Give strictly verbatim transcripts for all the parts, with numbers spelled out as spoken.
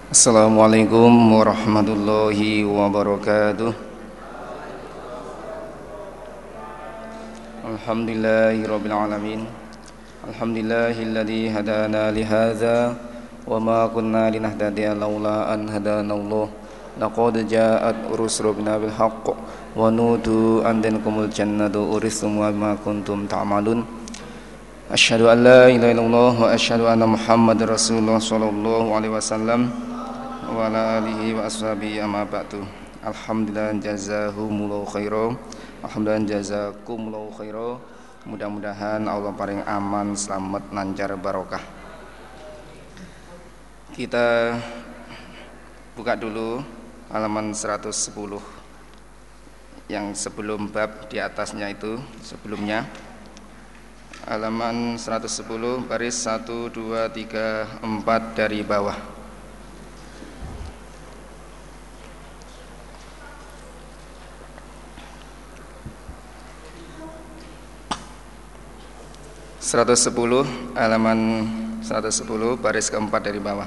Assalamualaikum warahmatullahi wabarakatuh. Alhamdulillahirabbil alamin. Alhamdulillahilladzi hadana li hadza wa ma kunna linahtadiya laula an hadanallah. Laqad ja'at rusuluna bil haqq wa nudu an tankumul jannatu uristum wa ma kuntum ta'malun. Asyhadu an la ilaha illallah wa asyhadu anna Muhammadar Rasulullah sallallahu alaihi wasallam wa ala alihi wa ashabihi amma ba'du. Alhamdulillah jazahumullahu khairan. Alhamdulillah jazakumullahu khairan. Mudah-mudahan Allah paling aman, selamat, lancar, barokah. Kita buka dulu halaman seratus sepuluh. Yang sebelum bab di atasnya itu sebelumnya. Halaman seratus sepuluh baris satu, dua, tiga, empat dari bawah. seratus sepuluh halaman seratus sepuluh baris keempat dari bawah.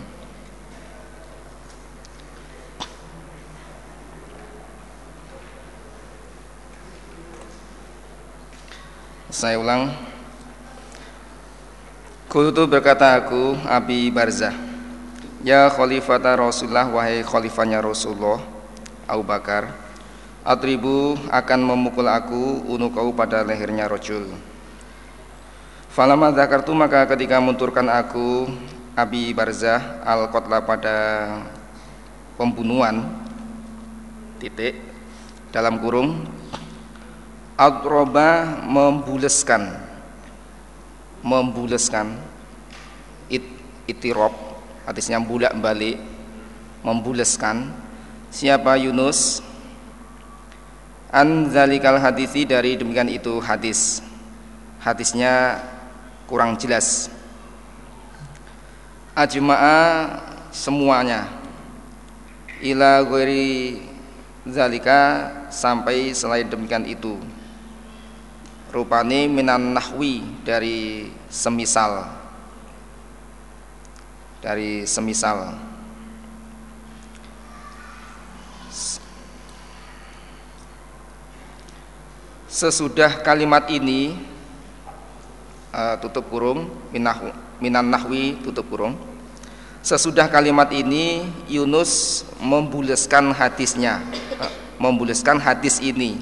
Saya ulang. Qultu berkata aku, Abi Barzah, ya khalifata Rasulullah, wahai khalifahnya Rasulullah, Abu Bakar, atribu akan memukul aku unukau pada lehernya rajul. Falamma dzakartu, maka ketika menturkan aku Abi Barzah al-qatla pada pembunuhan titik dalam kurung adroba membuleskan membuleskan it itirob hadisnya bulak balik membuleskan siapa Yunus an zalikal hadisi dari demikian itu hadis hadisnya kurang jelas. Ajma'a semuanya ila ghairi zalika sampai selain demikian itu. Rupane minan nahwi dari semisal dari semisal sesudah kalimat ini Uh, tutup kurung minah, minan nahwi tutup kurung sesudah kalimat ini Yunus membuleskan hadisnya uh, membuleskan hadis ini.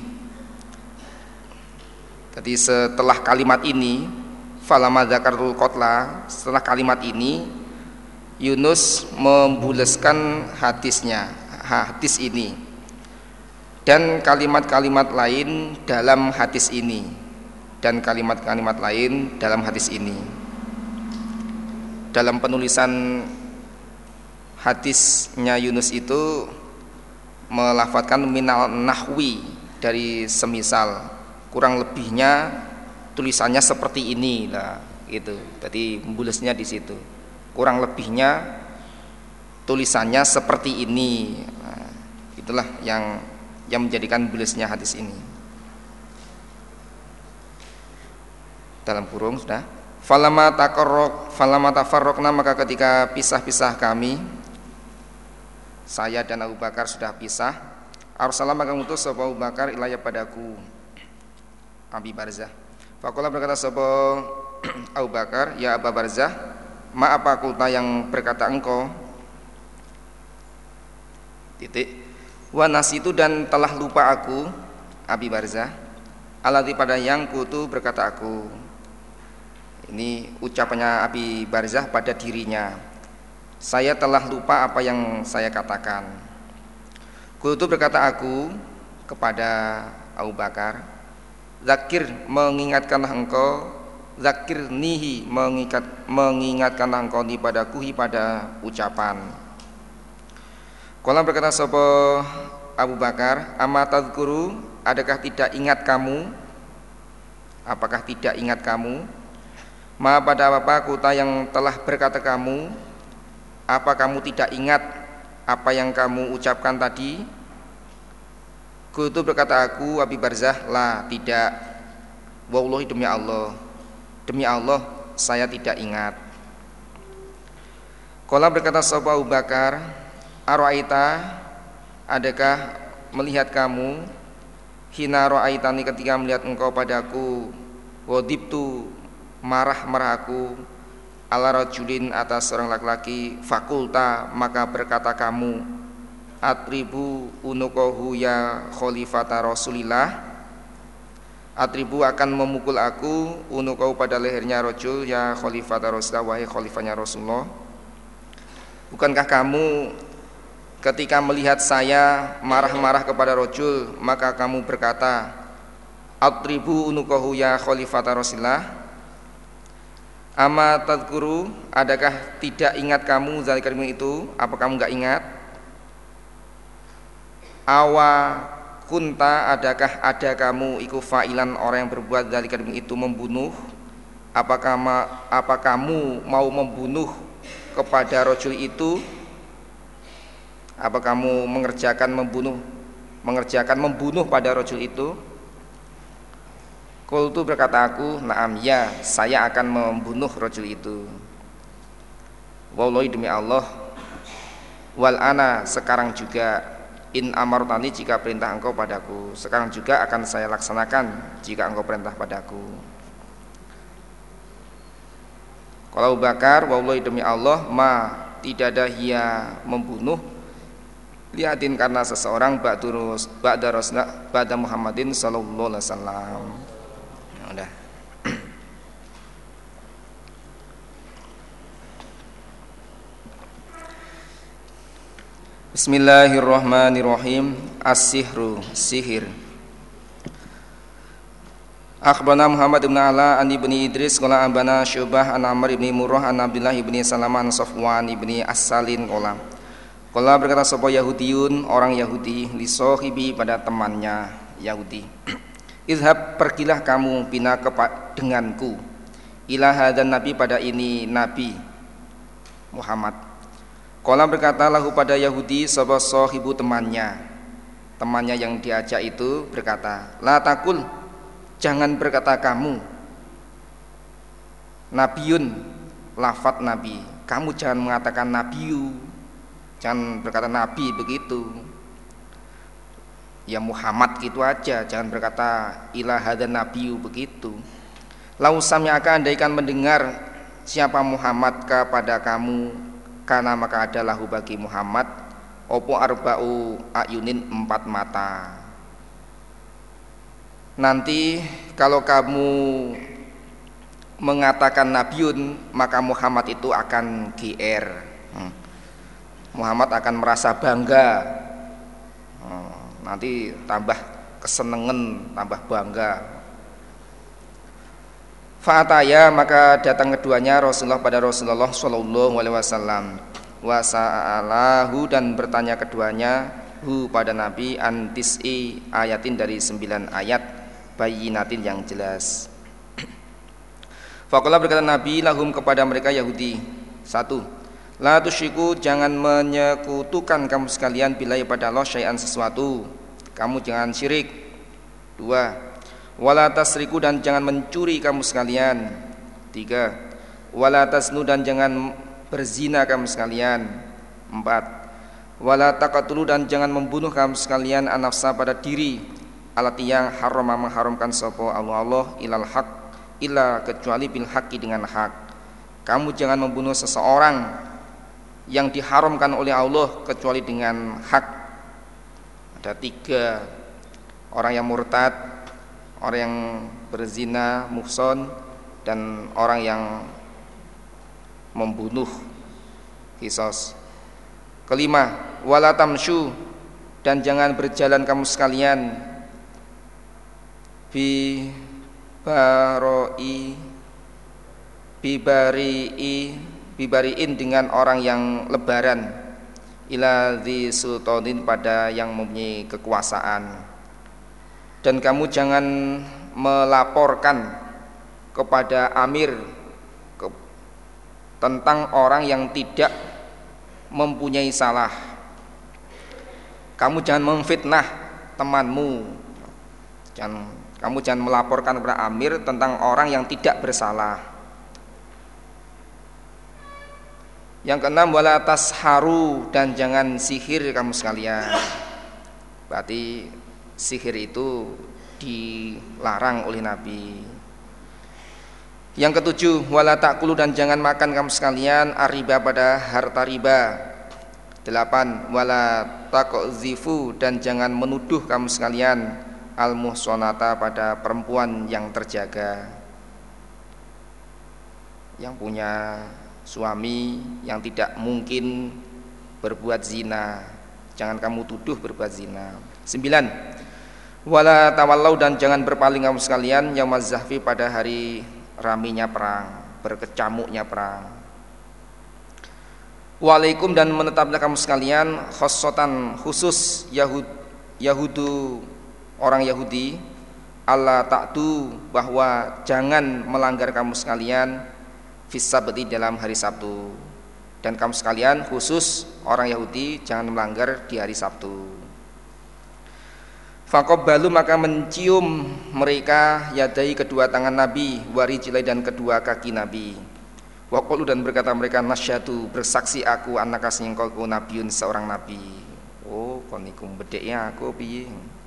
Jadi setelah kalimat ini falamma dzakarul qatla, setelah kalimat ini Yunus membuleskan hadisnya hadis ini dan kalimat-kalimat lain dalam hadis ini dan kalimat-kalimat lain dalam hadis ini. Dalam penulisan hadisnya Yunus itu melafadzkan minal nahwi dari semisal, kurang lebihnya tulisannya seperti ini lah gitu. Jadi membulesnya di situ. Kurang lebihnya tulisannya seperti ini. Nah, itulah yang yang menjadikan bulesnya hadis ini. Dalam kurung sudah falama takarrok falama tafarrokna, maka ketika pisah-pisah kami, saya dan Abu Bakar sudah pisah, arsalah maka ngutus sapa Abu Bakar ilaya padaku Abi Barzah. Faqala berkata sapa Abu Bakar, ya Abu Barzah, ma apa kulta yang berkata engkau titik wa nasitu dan telah lupa aku Abi Barzah alati pada yang kutu berkata aku. Ini ucapannya Abi Barzah pada dirinya. Saya telah lupa apa yang saya katakan. Qultu berkata aku kepada Abu Bakar, zakir mengingatkanlah engkau, zakir nihi mengingat mengingatkanlah engkau ni padaku pada ucapan. Qala berkata sapa Abu Bakar, amma tadzkuru, adakah tidak ingat kamu? Apakah tidak ingat kamu? Ma pada apa kuta yang telah berkata kamu, apa kamu tidak ingat apa yang kamu ucapkan tadi? Qultu berkata aku Abi Barzah, la tidak. Wallahi demi Allah, demi Allah saya tidak ingat. Qala berkata sapa Abu Bakar, "Ara'aita, adakah melihat kamu hina ra'aitani ketika melihat engkau padaku, wadibtu marah-marah aku ala rajulin atas seorang laki-laki, fakulta maka berkata kamu, atribu unukohu ya khalifata Rasulillah, atribu akan memukul aku unukohu pada lehernya rajul ya khalifata Rasulillah, wahai khalifahnya Rasulullah. Bukankah kamu ketika melihat saya marah-marah kepada rajul maka kamu berkata, atribu unukohu ya khalifata Rasulillah? Ama tadkuru, adakah tidak ingat kamu zalika itu? Apa kamu enggak ingat? Awa kunta, adakah ada kamu iku fa'ilan orang yang berbuat zalika itu, membunuh? Apakah apa kamu mau membunuh kepada rajul itu? Apa kamu mengerjakan membunuh mengerjakan membunuh pada rajul itu? Qultu, berkata aku, na'am ya, saya akan membunuh rajul itu. Wallahi, demi Allah, wal ana, sekarang juga, in amartani, jika perintah engkau padaku, sekarang juga akan saya laksanakan jika engkau perintah padaku. Kalau Abu Bakar, wallahi demi Allah, ma, tidak ada ia membunuh liatin karena seseorang ba'durus ba'da Rasulullah ba'da Muhammadin sallallahu alaihi wasallam. Ya udah. Bismillahirrahmanirrahim. As-sihru, sihir. Akhbarana Muhammad ibn Ala an ibni Idris qala ambana Syu'bah an Amr ibni Murrah an Abdullah ibni Salamah an Safwan ibni As-Salin qala qala berkata sapa Yahudiyun, orang Yahudi, li sahibi, pada temannya Yahudi, izhab, pergilah kamu, bina kepa denganku, ila hadan nabi, pada ini Nabi Muhammad. Qala berkata lahu pada Yahudi sapa sahibu, temannya temannya yang diajak itu berkata, la takul, jangan berkata kamu, nabiyun, lafat nabi, kamu jangan mengatakan nabiyu, jangan berkata nabi begitu, ya Muhammad gitu aja, jangan berkata ila hadan nabiyu begitu. Lau sami'aka, andaikan mendengar siapa Muhammad kepada kamu, karena maka ada lahu bagi Muhammad opo arba'u ayunin, empat mata. Nanti kalau kamu mengatakan nabiun, maka Muhammad itu akan G R. hmm. Muhammad akan merasa bangga. hmm. Nanti tambah kesenengan, tambah bangga. Fa'ataya, maka datang keduanya Rasulullah pada Rasulullah sallallahu alaihi wasallam, wa sa'alahu, dan bertanya keduanya hu pada Nabi, antis'i ayatin, dari sembilan ayat bayinatin yang jelas. Faqala, berkata Nabi lahum kepada mereka Yahudi, satu, la tusyriku, jangan menyekutukan kamu sekalian billahi pada Allah syai'an, sesuatu, kamu jangan syirik. Dua, wala tasriku, dan jangan mencuri kamu sekalian. Tiga, wala tasnu, dan jangan berzina kamu sekalian. Empat, wala taqatulu, dan jangan membunuh kamu sekalian an-nafsa, pada diri, alati yang harama, mengharamkan sapa Allah Allah, ilal haq, illa, kecuali bil haqqi, dengan hak. Kamu jangan membunuh seseorang yang diharamkan oleh Allah kecuali dengan hak. Ada tiga, orang yang murtad, orang yang berzina, muhson, dan orang yang membunuh, kisos. Kelima, wala tamsyu, dan jangan berjalan kamu sekalian bi baroi bibari'i bibariin, dengan orang yang lebaran, ila dzi sultanin, pada yang mempunyai kekuasaan. Dan kamu jangan melaporkan kepada amir ke, tentang orang yang tidak mempunyai salah. Kamu jangan memfitnah temanmu, jangan, kamu jangan melaporkan kepada amir tentang orang yang tidak bersalah. Yang keenam, wala tasharu, dan jangan sihir kamu sekalian. Berarti sihir itu dilarang oleh Nabi. Yang ketujuh, wala takulu, dan jangan makan kamu sekalian ariba, pada harta riba. Delapan, wala taqzifu, dan jangan menuduh kamu sekalian al-muhsonata, pada perempuan yang terjaga, yang punya suami yang tidak mungkin berbuat zina, jangan kamu tuduh berbuat zina. Sembilan, wala tawallau, dan jangan berpaling kamu sekalian yaumaz zahfi, pada hari raminya perang, berkecamuknya perang. Waalaikum, dan menetaplah kamu sekalian khossotan, khusus Yahud, Yahudu, orang Yahudi, Allah ta'tu, bahwa jangan melanggar kamu sekalian fisabti, dalam hari Sabtu. Dan kamu sekalian khusus orang Yahudi jangan melanggar di hari Sabtu. Faqabbalu, maka mencium mereka yadai, kedua tangan Nabi, warijilai, dan kedua kaki Nabi. Waqalu, dan berkata mereka, nasyhadu, bersaksi aku, annaka singko nabiun, seorang nabi. Oh, konikum bedeknya aku piye.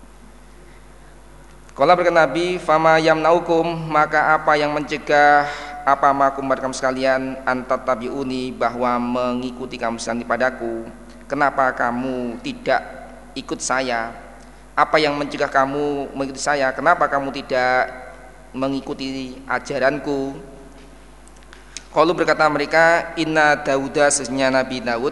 Qala, berkata Nabi, fama yamnaukum, maka apa yang mencegah apa makum kamu sekalian antat tabiuni, bahwa mengikuti kamu sekalian padaku. Kenapa kamu tidak ikut saya? Apa yang mencegah kamu mengikuti saya? Kenapa kamu tidak mengikuti ajaranku? Qalu, berkata mereka, inna Dauda, sesungguhnya Nabi Daud,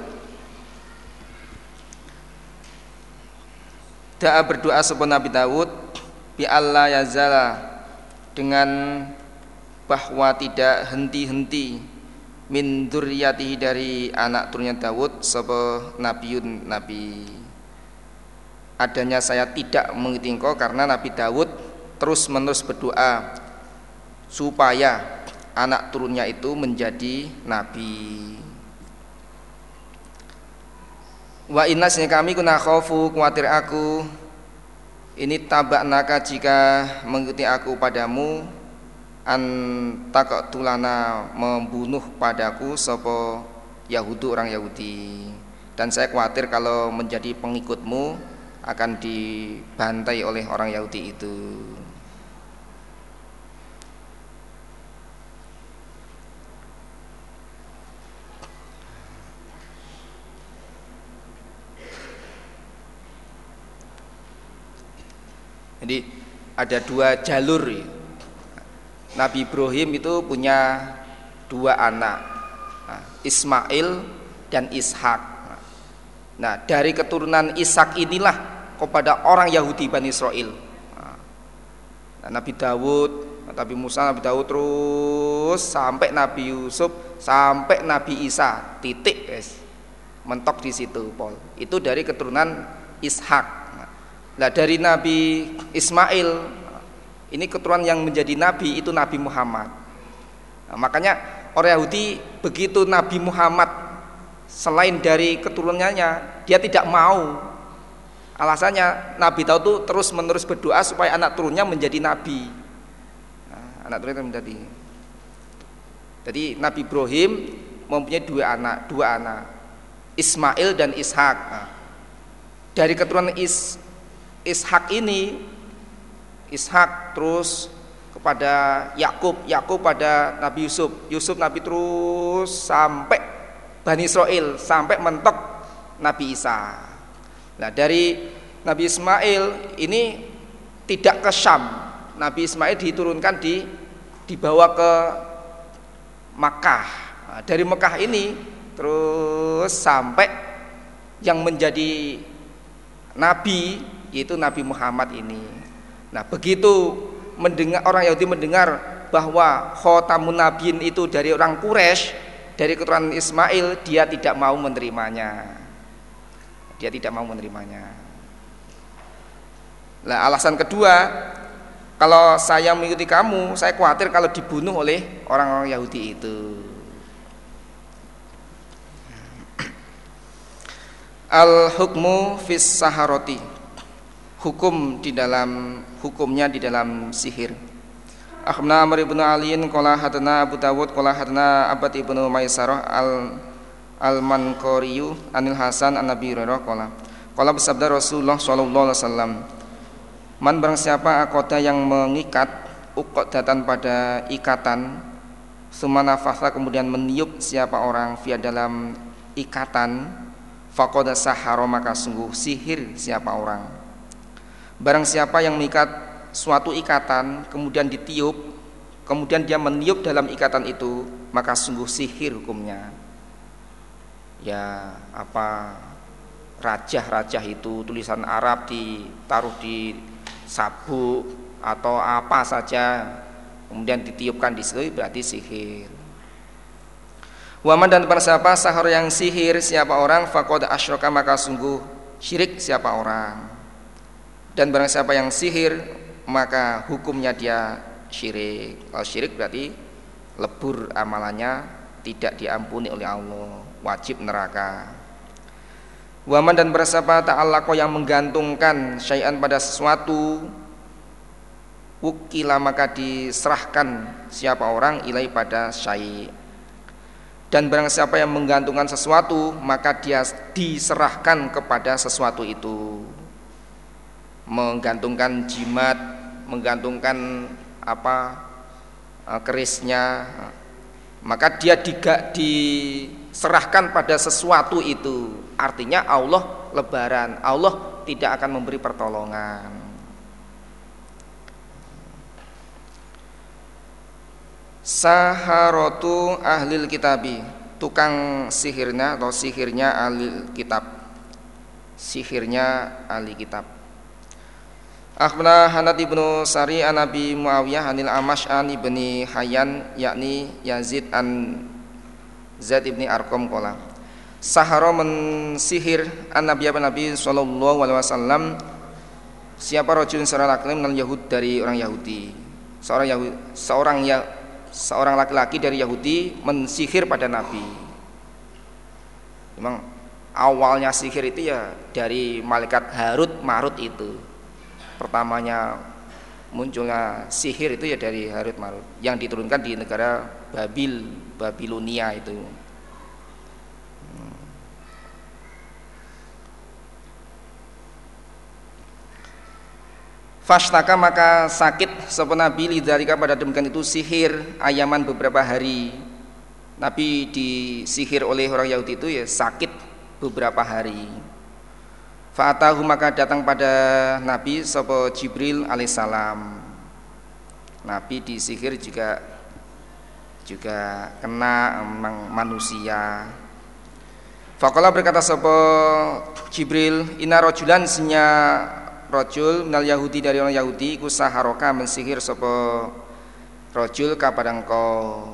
da'a, berdoa sebab Nabi Daud, bi alla yazala, dengan bahwa tidak henti-henti, min dzurriyyatihi, dari anak turunnya Daud, sapa nabiun, nabi. Adanya saya tidak mengikuti engkau karena Nabi Daud terus-menerus berdoa supaya anak turunnya itu menjadi nabi. Wa inna, sesungguhnya kami kuna khaufu, khawatir aku, ini tabaknaka, jika mengikuti aku padamu, antaqtulana, membunuh padaku sapa Yahudu, orang Yahudi. Dan saya khawatir kalau menjadi pengikutmu akan dibantai oleh orang Yahudi itu. Jadi ada dua jalur. Nabi Ibrahim itu punya dua anak, Ismail dan Ishak. Nah, dari keturunan Ishak inilah kepada orang Yahudi Bani Israel. Nah, Nabi Daud, Nabi Musa, Nabi Daud, terus sampai Nabi Yusuf, sampai Nabi Isa, titik guys, mentok di situ, Paul. Itu dari keturunan Ishak. Nah, dari Nabi Ismail, ini keturunan yang menjadi nabi itu Nabi Muhammad. Nah, makanya orang Yahudi begitu Nabi Muhammad selain dari keturunannya, dia tidak mau. Alasannya Nabi Daud itu terus menerus berdoa supaya anak turunnya menjadi nabi. Nah, anak turunnya menjadi. Jadi Nabi Ibrahim mempunyai dua anak, dua anak, Ismail dan Ishak. Nah, dari keturunan Is Ishak ini, Ishak terus kepada Yakub, Yakub pada Nabi Yusuf, Yusuf Nabi terus sampai Bani Israel, sampai mentok Nabi Isa. Nah, dari Nabi Ismail ini tidak ke Syam. Nabi Ismail diturunkan di dibawa ke Makkah. Nah, dari Makkah ini terus sampai yang menjadi nabi, yaitu Nabi Muhammad ini. Nah, begitu mendengar orang Yahudi mendengar bahwa khotamun nabiin itu dari orang Quraisy, dari keturunan Ismail, dia tidak mau menerimanya. Dia tidak mau menerimanya. Nah, alasan kedua, kalau saya mengikuti kamu, saya khawatir kalau dibunuh oleh orang-orang Yahudi itu. Al-hukmu fis saharoti, hukum di dalam hukumnya di dalam sihir. Akhbarana Amr ibn Aliin qala hadana Abu Dawud qala hadana Abad ibnu Maisarah al Al-Manqariyu Anil Hasan an Nabi Hurairah qala qala bersabda Rasulullah sallallahu alaihi wasallam, man barang siapa aqada yang mengikat uqdatan pada ikatan, sumana nafasa kemudian meniup siapa orang via dalam ikatan, faqad sahara maka sungguh sihir siapa orang. Barang siapa yang mengikat suatu ikatan kemudian ditiup, kemudian dia meniup dalam ikatan itu, maka sungguh sihir hukumnya. Ya apa rajah-rajah itu tulisan Arab ditaruh di sabuk atau apa saja kemudian ditiupkan di situ berarti sihir. Waman dan barang siapa sahar yang sihir siapa orang, faqad asyraka maka sungguh syirik siapa orang. Dan barang siapa yang sihir maka hukumnya dia syirik. Kalau syirik berarti lebur amalannya, tidak diampuni oleh Allah, wajib neraka. Waman dan barang siapa ta'allaqa yang menggantungkan syai'an pada sesuatu, wukila maka diserahkan siapa orang ilai pada syai'. Dan barang siapa yang menggantungkan sesuatu maka dia diserahkan kepada sesuatu itu. Menggantungkan jimat, menggantungkan apa kerisnya, maka dia digak diserahkan pada sesuatu itu. Artinya Allah lebaran, Allah tidak akan memberi pertolongan. Saharatu ahlil kitabi, tukang sihirnya atau sihirnya ahli kitab, sihirnya ahli kitab. Akhbarana Hanad ibnu Sari an Abi Muawiyah anil Amash an ibni Hayyan yakni Yazid an Zaid ibni Arqam qala sahara mensihir an Nabi Nabi sallallahu alaihi wasallam siapa rajulun seorang laki-laki minal Yahud dari orang Yahudi, seorang Yahudi, seorang ya seorang laki-laki dari Yahudi mensihir pada Nabi. Memang awalnya sihir itu ya dari malaikat Harut Marut itu. Pertamanya munculnya sihir itu ya dari Harut Marut yang diturunkan di negara Babil, Babilonia itu. Fashtaka maka sakit sapa Nabi lidzalika pada demikian itu sihir ayaman beberapa hari. Nabi disihir oleh orang Yahudi itu ya sakit beberapa hari. Fa'atahu maka datang pada Nabi sapa Jibril alaihissalam. Nabi disihir juga juga kena memang manusia. Faqala berkata sapa Jibril, inna rajulan sinya rajul minal Yahudi dari orang Yahudi iku saharoka mensihir sapa rajul kepada engkau.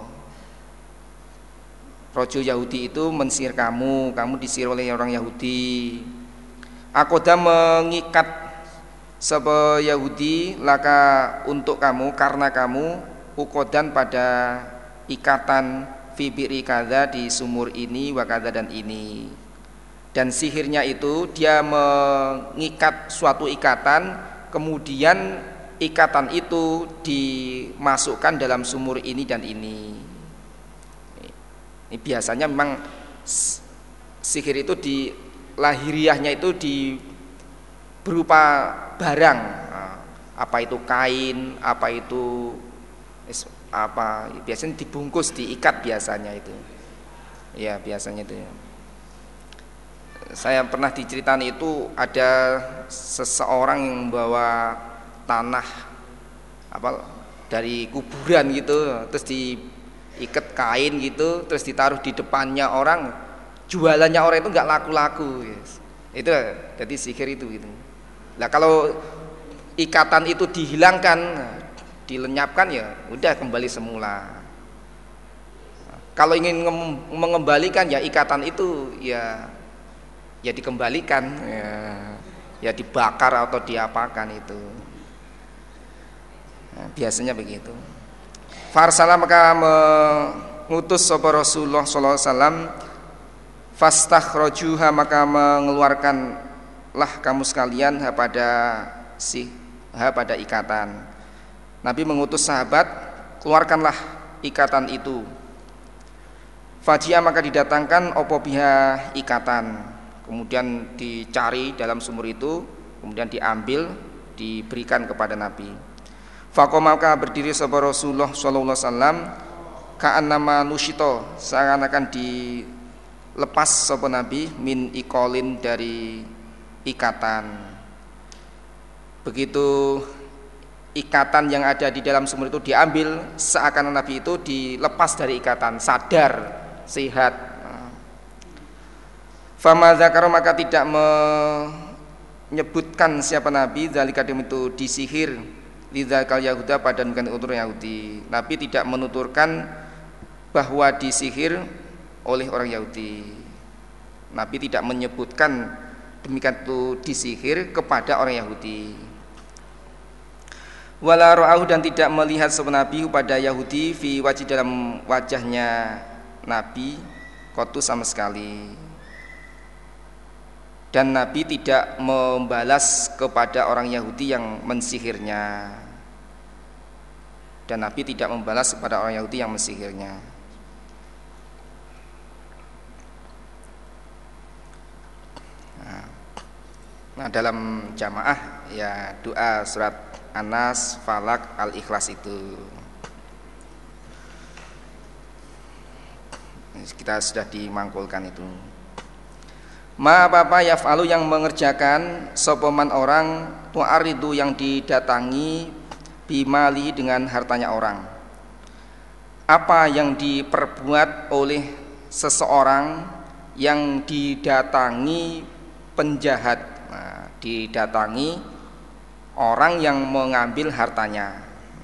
Rajul Yahudi itu mensihir kamu, kamu disihir oleh orang Yahudi. Akoda mengikat sapa Yahudi laka untuk kamu karena kamu ukodan pada ikatan fibiri kada di sumur ini wakada dan ini. Dan sihirnya itu dia mengikat suatu ikatan, kemudian ikatan itu dimasukkan dalam sumur ini dan ini. Ini biasanya memang sihir itu di lahiriahnya itu di berupa barang, apa itu kain, apa itu apa biasanya dibungkus, diikat biasanya itu. Ya biasanya itu. Saya pernah diceritakan itu ada seseorang yang membawa tanah apa dari kuburan gitu, terus diikat kain gitu, terus ditaruh di depannya orang. Jualannya orang itu nggak laku-laku, yes. Itu jadi sihir itu gitu. Nah kalau ikatan itu dihilangkan, dilenyapkan ya udah kembali semula. Kalau ingin mengembalikan ya ikatan itu ya ya dikembalikan, ya, ya dibakar atau diapakan itu. Nah, biasanya begitu. Farsala maka mengutus sapa Rasulullah sallallahu alaihi wasallam fastakhrajuha maka mengeluarkanlah kamu sekalian ha pada si ha pada ikatan. Nabi mengutus sahabat, keluarkanlah ikatan itu. Fajia maka didatangkan opo biha ikatan, kemudian dicari dalam sumur itu, kemudian diambil, diberikan kepada Nabi. Faqoma maka berdiri sapa Rasulullah sallallahu alaihi wasallam ka'annama nusyito, seakan-akan dilepas sapa Nabi min iqolin, dari ikatan. Begitu ikatan yang ada di dalam sumur itu diambil, seakan Nabi itu dilepas dari ikatan, sadar, sehat. Fama zakara maka tidak menyebutkan siapa Nabi zalika itu disihir lidzakal Yahuda pada utur Yahudi. Nabi tidak menuturkan bahwa disihir oleh orang Yahudi. Nabi tidak menyebutkan demikian itu disihir kepada orang Yahudi. Wala ra'ahu, dan tidak melihat seorang Nabi pada Yahudi fi wajhi, dalam wajahnya Nabi kotu sama sekali. Dan Nabi tidak membalas kepada orang Yahudi yang mensihirnya. Dan Nabi tidak membalas kepada orang Yahudi yang mensihirnya. Nah, dalam jamaah ya doa surat An-Nas, Falak, Al-Ikhlas itu kita sudah dimangkulkan itu. Ma apa-apa yaf'alu, yang mengerjakan sopoman orang, tu'aridu, yang didatangi, bimali, dengan hartanya orang. Apa yang diperbuat oleh seseorang yang didatangi penjahat, nah, didatangi orang yang mengambil hartanya.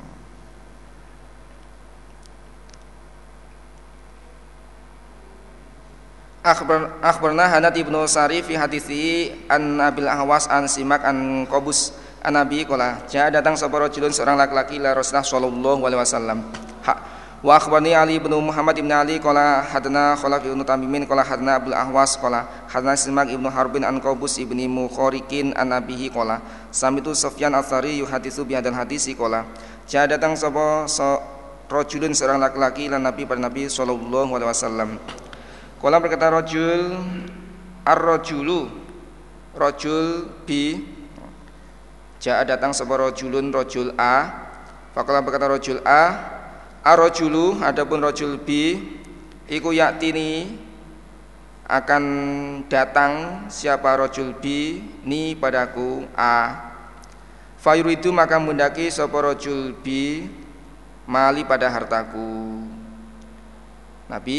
Akhbar, akhbarna Hanad ibnu Sari fi hadithi an Abil Ahwas an Simak an Qobus an Nabi qala ja datang sapa rajulun, seorang laki-laki la Rasulullah sallallahu alaihi wasallam. Wa akhbarni Ali ibnu Muhammad ibnu Ali qala hadana Khalaf ibnu Tamimin qala hadana Abil Ahwas qala hadana Simak ibnu Harbin an Qobus ibni Mukharikin an Nabihi qala samitu Sufyan Ats-Tsari yuhaditsu bi hadzal hadisi qala ja datang sapa so, rajulun, seorang laki-laki lan Nabi pada Nabi sallallahu alaihi wasallam. Kala berkata rajul, ar-rajulu, rajul bi, jaa datang sebuah rajulun, rajul A. Fakala berkata rajul A, ar-rajulu, adapun rajul B, iku yaktini, akan datang siapa rajul B, ni padaku A. Fayuridu maka mundaki sapa rajul B, mali pada hartaku. Nabi,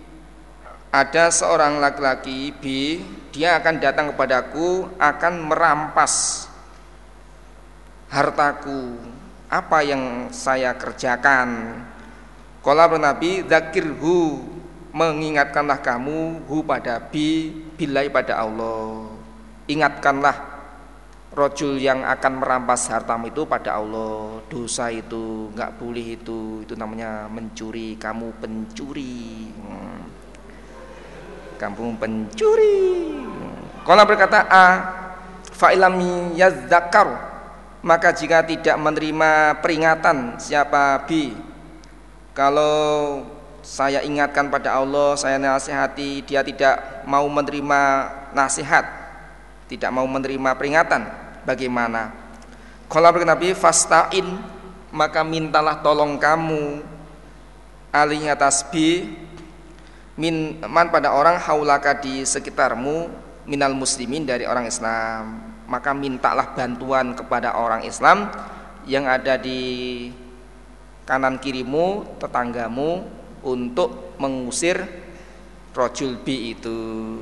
ada seorang laki-laki B, dia akan datang kepadaku, akan merampas hartaku. Apa yang saya kerjakan? Qala Nabi, dzakirhu, mengingatkanlah kamu hu pada B, billahi pada Allah. Ingatkanlah rajul yang akan merampas hartamu itu pada Allah. Dosa itu enggak boleh, itu itu namanya mencuri, kamu pencuri. Hmm. Kampung pencuri. Qala berkata A, fa ilam yazzakar, maka jika tidak menerima peringatan siapa B, kalau saya ingatkan pada Allah, saya nasihati, dia tidak mau menerima nasihat, tidak mau menerima peringatan, bagaimana? Qala berkata Nabi, fasta'in, maka mintalah tolong kamu alih atas B, min man pada orang haulaka di sekitarmu, minal muslimin dari orang Islam. Maka mintalah bantuan kepada orang Islam yang ada di kanan kirimu, tetanggamu, untuk mengusir rajul B itu.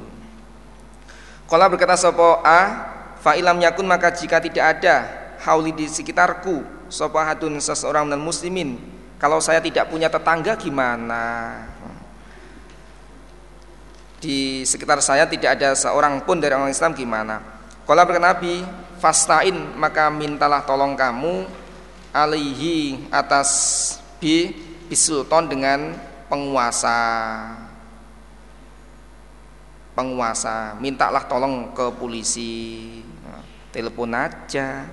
Qala berkata sapa A, fa ilam yakun, maka jika tidak ada hauli di sekitarku, sapa hadun seseorang dan muslimin, kalau saya tidak punya tetangga gimana? Di sekitar saya tidak ada seorang pun dari orang Islam gimana? Qala berkata Nabi, fastain, maka mintalah tolong kamu alaihi atas B, bisultan, dengan penguasa. Penguasa, mintalah tolong ke polisi, telepon aja.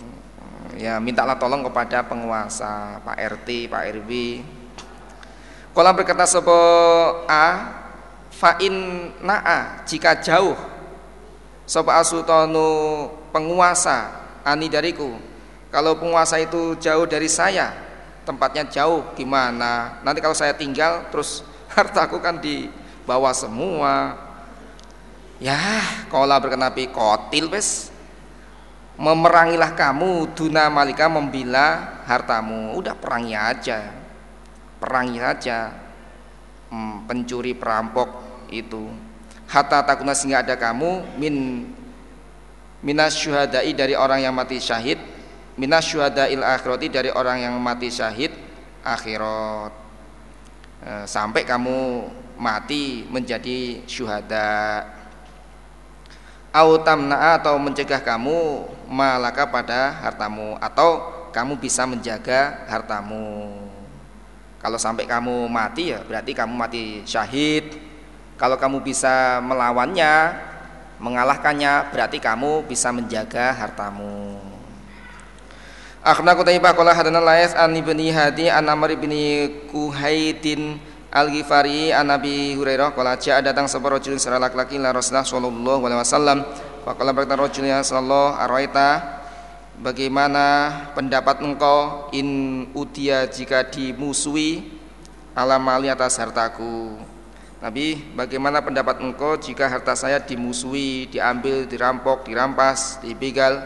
Ya, mintalah tolong kepada penguasa, Pak R T, Pak R W. Qala berkata sapa A, fa in na'a, jika jauh sapa asultanu penguasa ani dariku, kalau penguasa itu jauh dari saya, tempatnya jauh gimana? Nanti kalau saya tinggal terus hartaku kan dibawa semua. Ya, qala berkata Nabi, qatil wes, memerangilah kamu duna malika, membela hartamu. Udah perangi aja, perangi aja hmm, pencuri perampok itu. Hatta takuna, sehingga ada kamu min minas syuhada'i, dari orang yang mati syahid, minas syuhada'il akhirati, dari orang yang mati syahid akhirat, e, sampai kamu mati menjadi syuhada. Au tamna'a, atau mencegah kamu malaka, pada hartamu, atau kamu bisa menjaga hartamu. Kalau sampai kamu mati ya berarti kamu mati syahid. Kalau kamu bisa melawannya, mengalahkannya, berarti kamu bisa menjaga hartamu. Akhna Qutaibah qala hadana Lais an ibni Hadi an Amr ibni Kuhaidin Al-Ghifari an Nabi Hurairah qala ja'a, datang sebuah rajulun seorang laki-laki la Rasulullah sallallahu alaihi wasallam. Faqala berkata rajulnya, sallallahu araita, bagaimana pendapat engkau in udia, jika dimusuhi ala mali, atas hartaku. Nabi, bagaimana pendapat engkau jika harta saya dimusuhi, diambil, dirampok, dirampas, dibegal,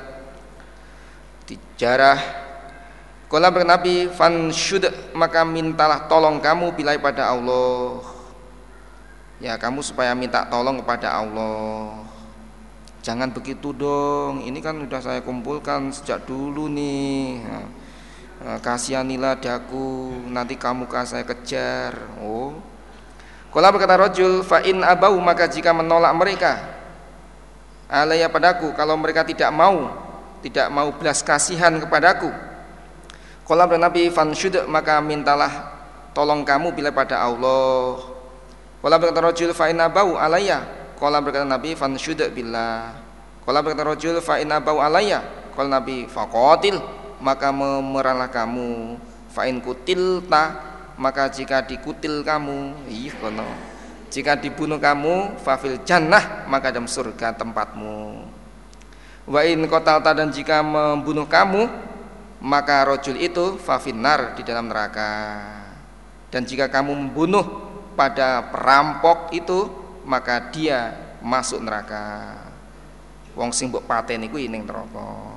dijarah. Qala berkata Nabi, fansyud, maka mintalah tolong kamu bilai pada Allah. Ya, kamu supaya minta tolong kepada Allah. Jangan begitu dong, ini kan sudah saya kumpulkan sejak dulu nih. Nah, kasihanilah daku, nanti kamu kan saya kejar. Oh. Qala berkata rajul, fa in abau, maka jika menolak mereka alaya padaku, kalau mereka tidak mau, tidak mau belas kasihan kepadaku. Qala berkata Nabi, fansyud, maka mintalah tolong kamu bila pada Allah. Qala berkata rajul, fa in abau alaya. Qala berkata Nabi, fansyud billah. Qala berkata rajul, fa in abau alaya. Qala Nabi, faqatil, maka memeranglah kamu. Fa in kutilta, maka jika dikutil kamu, iya kono, jika dibunuh kamu, fafil jannah, maka dalam surga tempatmu. Wa in qatalta, dan jika membunuh kamu, maka rojul itu fafinar, di dalam neraka. Dan jika kamu membunuh pada perampok itu, maka dia masuk neraka. Wong sing mbok pateni kuwi ning neraka.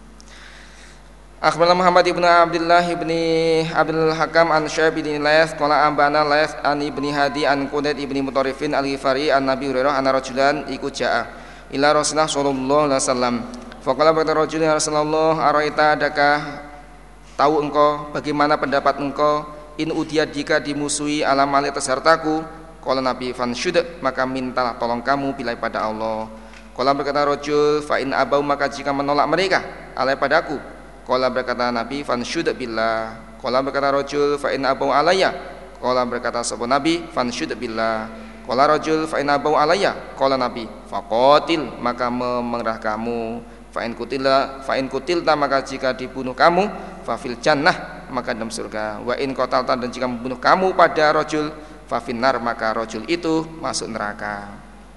Akhbarana Muhammad ibnu Abdullah ibni Abdul Hakam an Syu'aib bin Laits qala ambana Laits an ibni Hadi an Qudayd ibni Mutarrifin al-Ghifari an Nabi Hurairah anna rajulan iku ja'a ila Rasulullah sallallahu alaihi wasallam. Faqala berkata rajul, ya Rasulullah, araita, adakah tahu engkau bagaimana pendapat engkau in udia, jika dimusuhi ala mali, atas hartaku. Qala Nabi, fansyud, maka mintalah tolong kamu bilai pada Allah. Qala berkata rajul, fa in abau, maka jika menolak mereka alai padaku. Qala berkata Nabi, fansyud billah. Qala berkata rajul, fa in abau alayya. Qala berkata sapa Nabi, fansyud billah. Qala rajul, fa in abau alayya. Qala Nabi, faqatil, maka memerah kamu. Fa'in kutila, fa'in kutilta, maka jika dibunuh kamu, fafil jannah, maka dalam surga. Wa in qatalta, dan jika membunuh kamu pada rajul, fafinnar, maka rajul itu masuk neraka.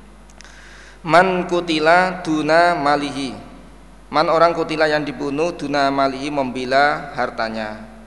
Man kutila duna malihi, man orang kutila yang dibunuh duna malihi, membela hartanya.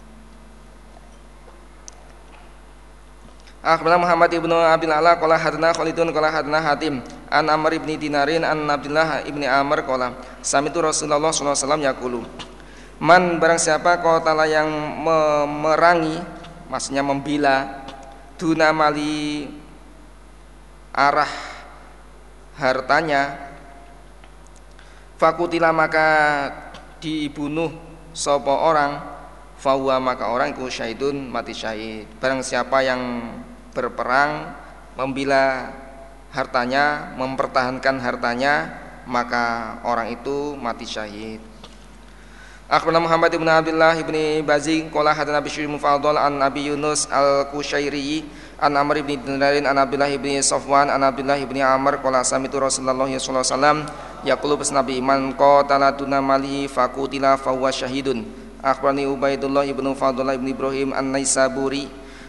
Akhbarana Muhammad ibnu Abdul Ala qala hadana Khalidun qala hadana Hatim an Amr ibni Dinarin an Abdullah ibni Amr qala sami'tu Rasulullah sallallahu alaihi wasallam yaqulu, man, barang siapa qatala yang memerangi, maksudnya membela, duna mali, arah hartanya, fakutila, maka dibunuh sapa orang, fahuwa, maka orang itu syahidun, mati syahid. Barang siapa yang berperang, membela hartanya, mempertahankan hartanya, maka orang itu mati syahid. Akhbarana Muhammad ibn Abdullah ibn Bazing qala hadana Bishr Mufaddal an Nabi Yunus al-Kushairi an Amr ibn Dinarin an Abdullah ibn Safwan an Abdullah ibn Amr qala sami'tu Rasulullah sallallahu alaihi wasallam yaqulu, Nabi, man qatala duna malihi fakutila fahuwa syahidun. Akhbarani Ubaidullah ibn Fadullah ibn Ibrahim an-Naisaburi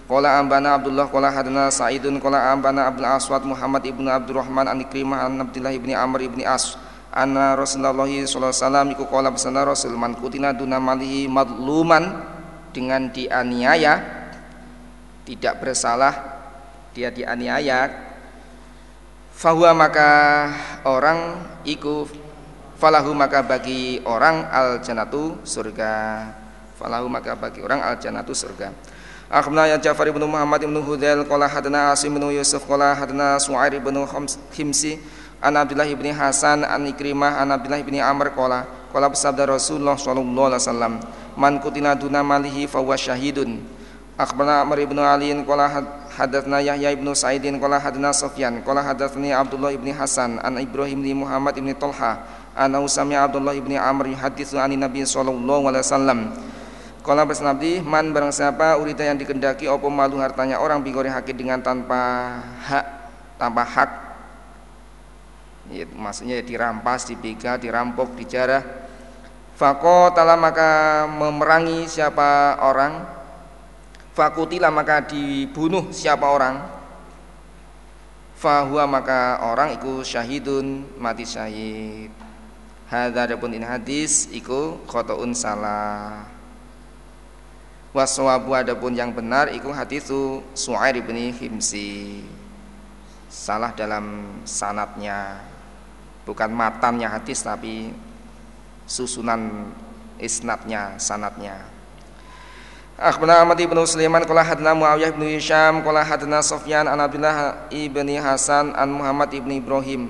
Qala ambana Abdullah qala hadana Sa'idun qala ambana Abdul Aswad Muhammad ibnu Abdurrahman an Ikrimah an Abdullah ibni Amr ibni As anna Rasulullah sallallahu alaihi wasallam iku qala bersabda Rasul man kutina duna malihi madluman, dengan dianiaya tidak bersalah dia dianiaya, fahuwa maka orang iku falahu maka bagi orang al jannatu surga, falahu maka bagi orang al jannatu surga. Akhbarana ya Ja'far ibn Muhammad ibn Hudail qala hadana Asim bin Yusuf qala hadana Su'air ibn Himsi an Abdullah ibn Hasan an Ikrimah an Abdullah ibn Amr qala qala bersabda Rasulullah sallallahu alaihi wasallam man kutina duna malihi fa huwa syahidun. Akhbarana Amr ibn Ali qala hadatsna Yahya ibn Sa'idin qala hadana Sufyan qala hadatsani Abdullah ibn Hasan an Ibrahim bin Muhammad ibn Talha an Usami Abdullah ibn Amr haditsu anin Nabi sallallahu alaihi wasallam. Qala bersabdi man barang siapa urita yang dikendaki apa malu hartanya orang bigori hakid dengan tanpa hak, tanpa hak, ya, maksudnya dirampas, dibegal, dirampok, dijarah. Faqatala maka memerangi siapa orang, fakutila maka dibunuh siapa orang, fahuwa maka orang iku syahidun mati syahid. Hadza adapun in hadis iku khotoun salah. Waswabu adapun yang benar iku hadisu Su'air bin Himsi, salah dalam sanatnya, bukan matannya hadis tapi susunan isnadnya, sanatnya. Akhbarana Ahmad ibn Sulaiman qala hadna Muawiyah bin Hisham qala hadna Sufyan an Abdullah ibn Hasan an Muhammad ibn Ibrahim.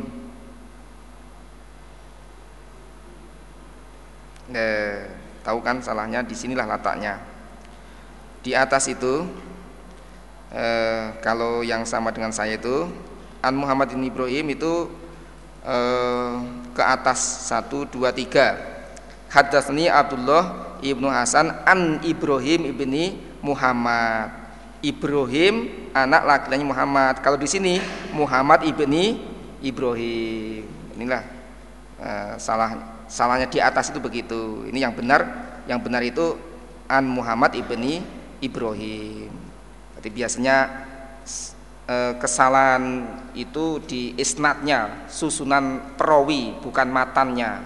Eh, tahu kan salahnya, disinilah letaknya. Di atas itu eh, kalau yang sama dengan saya itu an Muhammad bin Ibrahim itu eh, ke atas satu dua tiga. Hadatsani Abdullah ibnu Hasan an Ibrahim ibni Muhammad. Ibrahim anak laki-laki Muhammad. Kalau di sini Muhammad ibni Ibrahim. Inilah eh, salah salahnya di atas itu begitu. Ini yang benar, yang benar itu an Muhammad ibni Ibrahim. Jadi biasanya eh, kesalahan itu di isnadnya, susunan perawi, bukan matannya.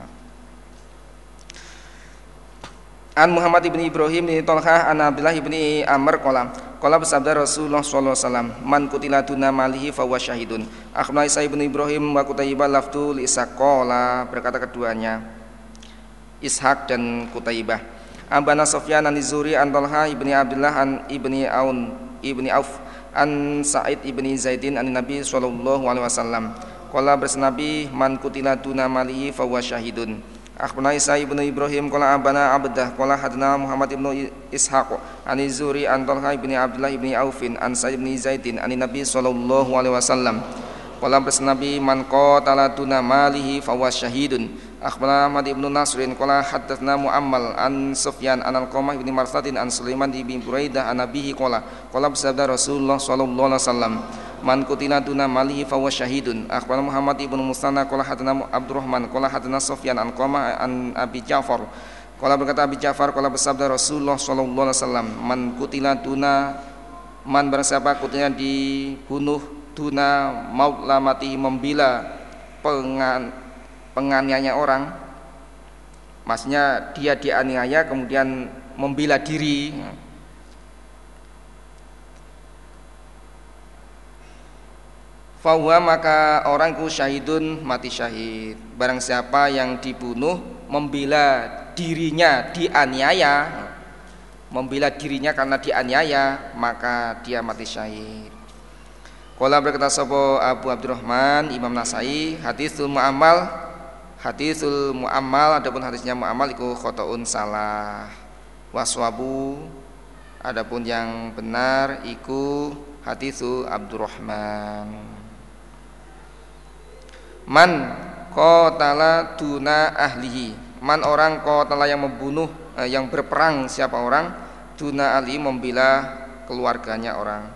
An Muhammad ibni Ibrahim bin Talha an Abdullah ibni Amr qala qala bersabda Rasulullah sallallahu alaihi wasallam man qutila duna malihi fa huwa syahidun. Akhbarana Isa ibnu Ibrahim wa Qutaibah laftu li Ishaq qala, berkata keduanya Ishaq dan Qutaibah. Ambana Sufyan an Zuri an Talha ibni Abdullah an ibni Aun ibni Auf an Sa'id ibni Zaidin an Nabi sallallahu alaihi wasallam qala bersnabi man qutila duna malihi fa huwa syahidun. Akhbarana Isa ibnu Ibrahim qala abana Abdah qala hadna Muhammad ibnu Ishaq an Zuri an Talha ibni Abdullah ibni Aufin an Sa'id ibni Zaidin an Nabi sallallahu alaihi wasallam qala bersnabi man qatala duna malihi fa huwa syahidun. Akhbarana Ahmad ibn Nasrin qala haddatsna Muammal an Sufyan an Al-Qamah bin Marsadin an Sulaiman bin Buraidah an Nabihi qala qala bersabda Rasulullah sallallahu alaihi wasallam man qutila duna malihi fa huwa syahidun. Akhbarana Muhammad ibn Musanna qala haddatsna Abdurrahman qala haddatsna Sufyan an Qamah an Abi Ja'far qala berkata Abi Ja'far qala bersabda Rasulullah sallallahu alaihi wasallam man qutila duna man barang siapa qutila dibunuh duna maut lamati membela pengan penganiaya orang, maksudnya dia dianiaya kemudian membela diri, fahuwa maka orang itu syahidun mati syahid. Barang siapa yang dibunuh membela dirinya dianiaya, membela dirinya karena dianiaya, maka dia mati syahid. Qala berkata sapa Abu Abdurrahman Imam Nasai hadisul mu'ammal hadisul mu'ammal adapun hadisnya mu'ammal iku khotoun salah. Waswabu adapun yang benar iku hadisu Abdurrahman. Man qatala duna ahlihi, man orang qatala yang membunuh eh, yang berperang siapa orang duna ahli membela keluarganya orang.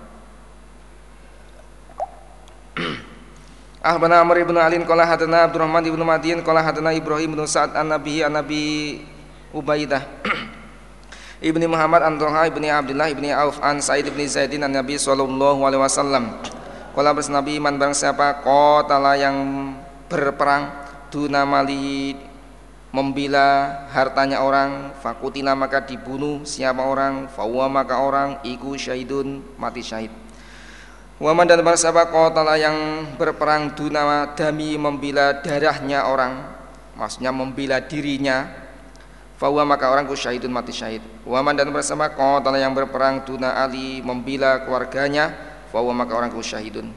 Ahbana Amr ibn Alin qala hadana Abdurrahman ibn Madiin qala hadana Ibrahim bin Sa'ad an Nabihi an Nabi Ubaidah ibni Muhammad an Talha ibni Abdullah ibni Auf an Sa'id ibni Zaidin an Nabi sallallahu alaihi wasallam. Qala Nabi, man barang siapa qatala yang berperang duna mali membela hartanya orang, fakutila maka dibunuh siapa orang, fawa maka orang iku syahidun mati syahid. Waman dan barang siapa qatala yang berperang duna dami membela darahnya orang, maksudnya membela dirinya, fawa maka orang ku syahidun mati syahid. Waman dan barang siapa qatala yang berperang duna ali membela keluarganya, fawa maka orang ku syahidun.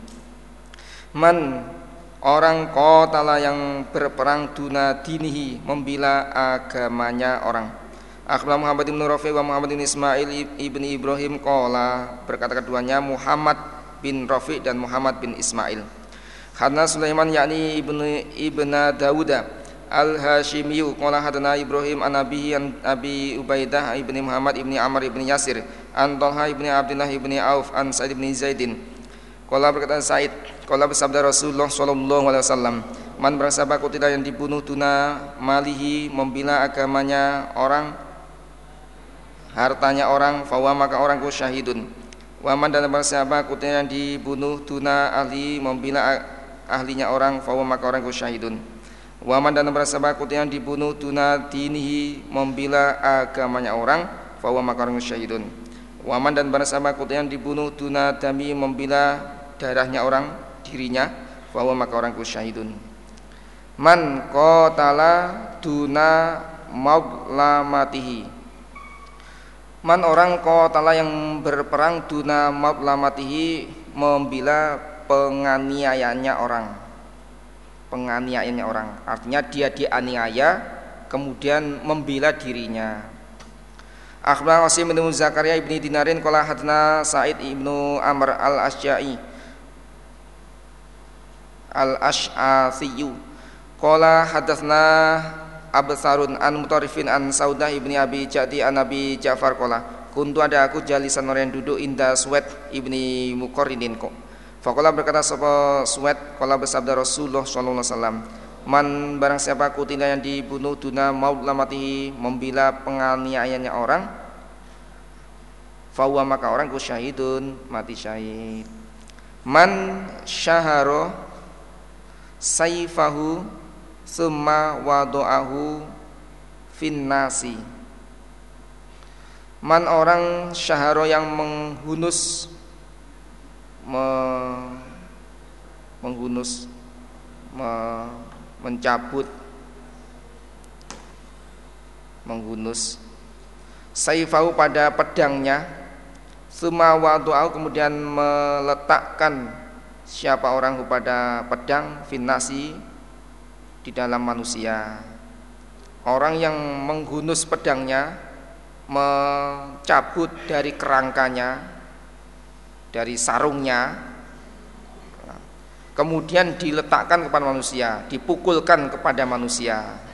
Man orang qatala yang berperang duna dinihi membela agamanya orang. Akhbarana Muhammad bin Rafi wa Muhammad bin Ismail ibni Ibrahim qala, berkata keduanya Muhammad bin Rafi dan Muhammad bin Ismail. Hadna Sulaiman yakni ibnu ibna Dawud al-Hashimi qala hadana Ibrahim an Nabihi an Abi Ubaidah ibni Muhammad ibni Amr ibni Yasir an Talha ibni Abdullah ibni Auf an Sa'id ibni Zaidin. Qala berkata Sa'id, qala bersabda Rasulullah sallallahu alaihi wasallam, man bersabda kutila yang dibunuh tuna malihi membela agamanya orang, hartanya orang, fawa maka orang ku syahidun. Waman dan bersabda kutila yang dibunuh tuna ahli membela ahlinya orang, fawa maka orang ku syahidun. Waman dan bersabda kutila yang dibunuh tuna dinihi membela agamanya orang, fawa maka orang ku syahidun. Waman dan bersabda kutila yang dibunuh tuna dami membela darahnya orang, dirinya, bahwa maka orang ku syahidun. Man qatala duna maulamatihi, man orang qatala yang berperang duna maulamatihi membela penganiayaannya orang, penganiayaannya orang, artinya dia dianiaya kemudian membela dirinya. Akhbarana Qasim bin Zakaria ibni Dinarin qala hadna Sa'id ibnu Amr al-Asy'ai al-Ash'athiyu qala hadatsna Absarun an Mutarifin an Saudah ibni Abi Ja'di an Nabi Ja'far qala kuntu ada aku jalisan orang yang duduk inda Suwaid ibni Muqarrinin kok. Faqala berkata sapa Suwaid qala bersabda Rasulullah sallallahu alaihi wasallam, man barang siapa kutila yang dibunuh duna maulamatihi membela penganiayaannya orang, fawa maka orang ku syahidun mati syahid. Man syaharo saifahu summa wadu'ahu finnasi, man orang syaharo yang menghunus me, menghunus me, mencabut menghunus saifahu pada pedangnya, summa wadu'ahu kemudian meletakkan siapa orang kepada pedang finnasi di dalam manusia. Orang yang menghunus pedangnya, mencabut dari kerangkanya, dari sarungnya, kemudian diletakkan kepada manusia, dipukulkan kepada manusia.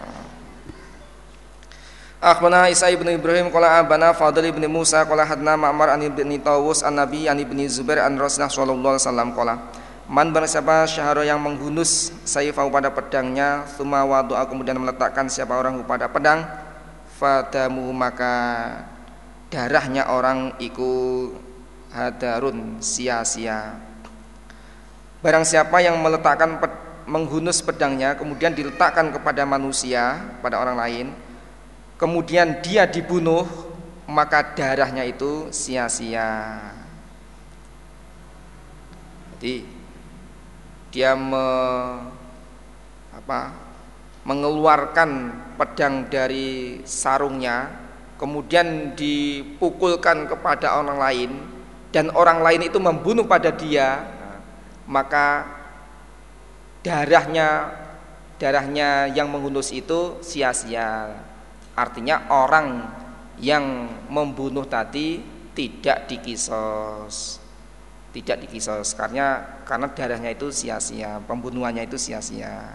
Akhbarana Isa ibn Ibrahim qala abana Fadl ibn Musa qala hadna Ma'mar an ibn Tawus an Nabi an ibn Zubair an Rasulullah sallallahu alaihi wasallam qala man barang siapa syahara yang menghunus saifau pada pedangnya, tsumma wadu'a kemudian meletakkan siapa orang pada pedang, fadamu maka darahnya orang iku hadarun sia-sia. Barang siapa yang meletakkan ped, menghunus pedangnya kemudian diletakkan kepada manusia, pada orang lain, kemudian dia dibunuh, maka darahnya itu sia-sia. Jadi dia me, apa, mengeluarkan pedang dari sarungnya, kemudian dipukulkan kepada orang lain, dan orang lain itu membunuh pada dia, maka darahnya darahnya yang menghunus itu sia-sia. Artinya orang yang membunuh tadi tidak dikisos, tidak dikisos karena karena darahnya itu sia-sia, pembunuhannya itu sia-sia.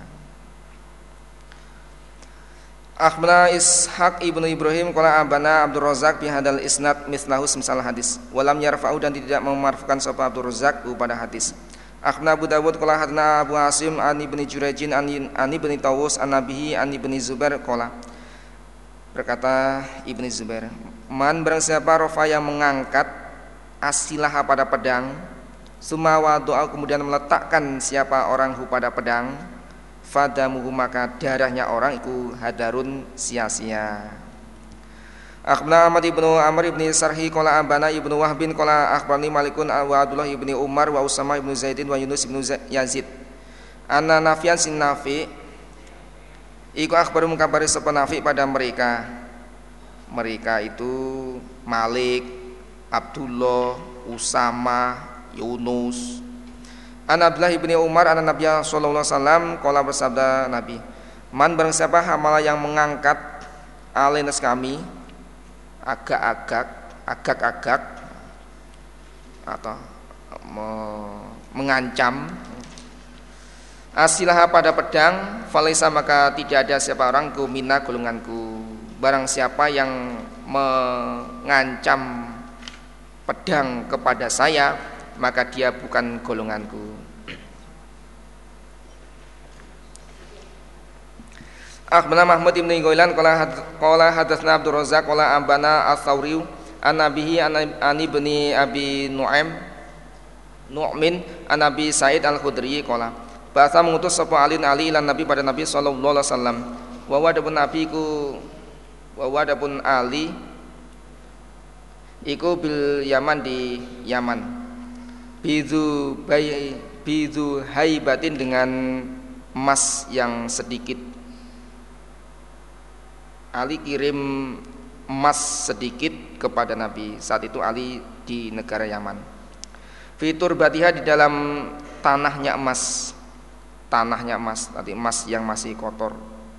Akhbarana Ishaq ibnu Ibrahim qala abana Abdul Razzaq bi hadal isnad mislahu misal hadis walam yarfa'u dan tidak memarfukan sapa Abdul Razzaq pada hadis. Akhbarana Abu Dawud qala hadna Abu Hasim an ibni Jurayjin an ibni Tawus an Nabihi an ibni Zubair qala, berkata Ibnu Zubair, Man barang siapa rafa yang mengangkat asilah pada pedang, sumawa doa kemudian meletakkan siapa orang hu pada pedang, fadamuhu maka darahnya orang itu hadarun sia-sia. Akhbarana Ahmad ibnu Amr ibni Sarhi qala abana ibnu Wahbin qala akhbarani Malikun wa Abdullah ibni Umar wa Usama ibnu Zaidin wa Yunus ibnu Yazid. Anna Nafian sin Nafi iku akhbaru mengkabari sapa Nafi pada mereka. Mereka itu Malik, Abdullah, Usama, Yunus. An Abdullah ibni Umar anna Nabiya sallallahu alaihi wasallam qala bersabda Nabi, man barang siapa hamala yang mengangkat alenas kami agak-agak agak-agak atau me, mengancam asilah pada pedang, falaisa maka tidak ada siapa orang ku mina golonganku. Barang siapa yang mengancam pedang kepada saya, maka dia bukan golonganku. Akhbarana Mahmud ibn Ghailan qala qala hadatsna Abdul Razzaq qala ambana Ats-Tsauri an nabihi an ibni Abi Nu'aim Nu'min an Nabi Sa'id Al-Khudri qala bahasa mengutus sapa Ali Ali lan Nabi pada Nabi sallallahu alaihi wasallam wa wadapun Nabi ku wa wadapun Ali iku bil Yaman di Yaman bizu bay bizu haibatin dengan emas yang sedikit. Ali kirim emas sedikit kepada Nabi. Saat itu Ali di negara Yaman. Fitur batiha di dalam tanahnya emas. Tanahnya emas, tadi emas yang masih kotor.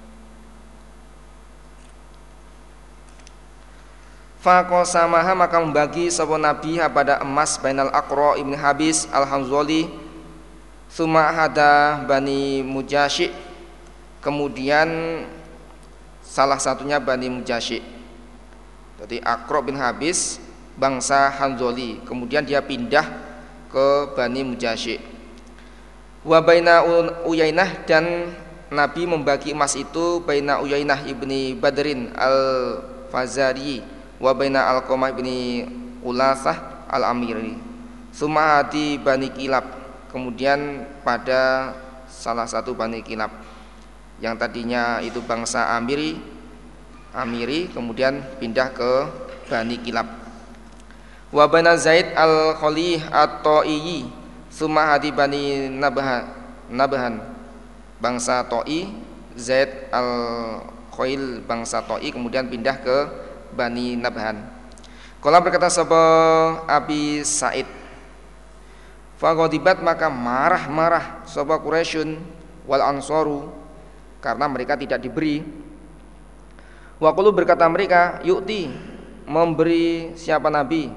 Faqasamaha maka membagi sapa Nabi pada emas bainal Aqra ibn Habis al-Hanzali summa hada Bani Mujasyi, kemudian salah satunya Bani Mujasyi. Jadi Aqra bin Habis bangsa Hanzali, kemudian dia pindah ke Bani Mujasyi. Wa baina Uyainah dan Nabi membagi emas itu baina Uyainah ibni Badrin al-Fazari wa baina Alqamah ibni Ulasah al-Amiri. Summa hadi Bani Kilab, kemudian pada salah satu Bani Kilab yang tadinya itu bangsa Amiri, Amiri kemudian pindah ke Bani Kilab. Wa bana Zaid al-Khalih at-Ta'i summa hadi Bani Nabhan, Nabhan bangsa Ta'i, Zaid al-Khail bangsa Ta'i kemudian pindah ke Bani Nabhan. Qala berkata sapa Abi Said, faqadibat maka marah-marah sapa Quraisyun wal Ansaru karena mereka tidak diberi. Wa qulu berkata mereka, yu'ti memberi siapa Nabi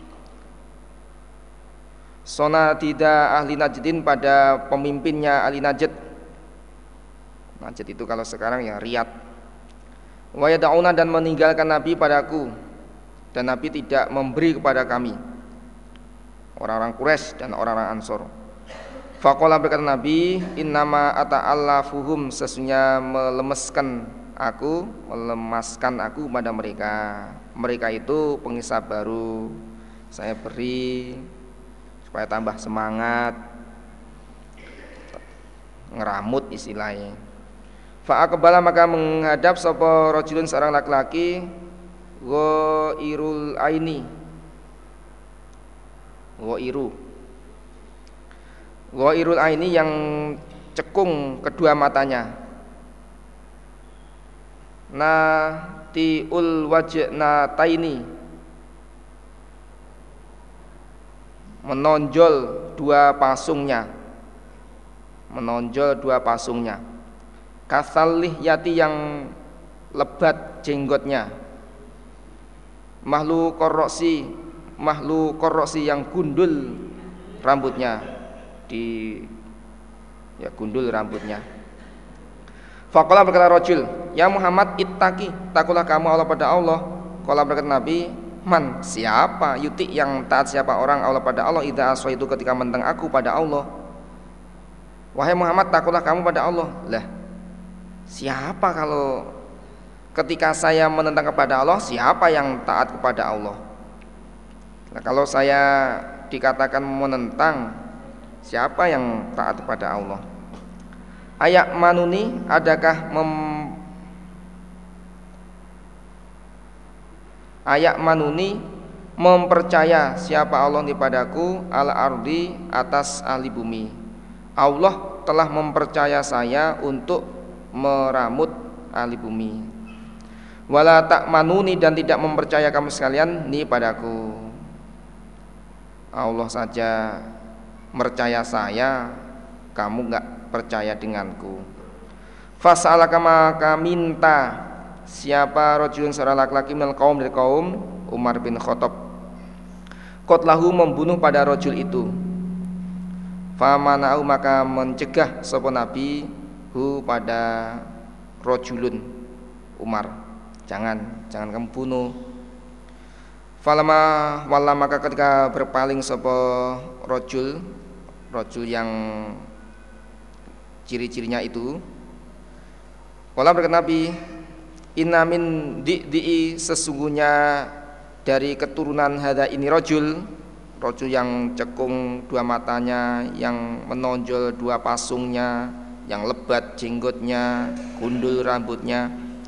sonatida ahli Najdin pada pemimpinnya ahli Najd. Najd itu kalau sekarang ya Riyadh. Wa yad'una dan meninggalkan Nabi padaku, dan Nabi tidak memberi kepada kami, orang-orang Quraisy dan orang-orang Ansor. Faqala berkata Nabi, innama ata'allafuhum sesungguhnya melemeskan aku, melemaskan aku pada mereka. Mereka itu pengisap baru, saya beri supaya tambah semangat, ngeramut istilahnya. Fa aqbala maka menghadap sapa rajulun seorang laki-laki ghairul aini, ghairu ghairul aini yang cekung kedua matanya, natiul wajnataini menonjol dua pasungnya, menonjol dua pasungnya. Kasalih yati yang lebat jenggotnya, mahlu koroksi, mahlu koroksi yang gundul rambutnya, di ya gundul rambutnya. Faqala berkata rajul, ya Muhammad ittaqi, takulah kamu Allah pada Allah. Qala berkata Nabi, man siapa yuti yang taat siapa orang Allah pada Allah idza aswaitu ketika mentang aku pada Allah. Wahai Muhammad takulah kamu pada Allah. Lah siapa kalau ketika saya menentang kepada Allah, siapa yang taat kepada Allah? Nah, kalau saya dikatakan menentang, siapa yang taat kepada Allah? Ayak manuni, adakah mem Ayak manuni mempercaya siapa Allah kepadaku ala ardi atas ahli bumi. Allah telah mempercaya saya untuk meramut ahli bumi. Wala tak manuni, dan tidak mempercaya kamu sekalian ni padaku. Allah saja percaya saya, kamu enggak percaya denganku. Fas'alaka, maka minta siapa rajulun seorang laki-laki minal kaum dari kaum Umar bin Khattab, qatlahu membunuh pada rajul itu. Famana'u, maka mencegah sapa nabi hu pada rajulun Umar, jangan jangan kamu bunuh. Falama wala, maka ketika berpaling sapa rajul rajul yang ciri-cirinya itu, wala berkata Nabi, inna min di'i, sesungguhnya dari keturunan hada ini rajul, rajul yang cekung dua matanya, yang menonjol dua pasungnya, yang lebat jenggotnya, gundul rambutnya.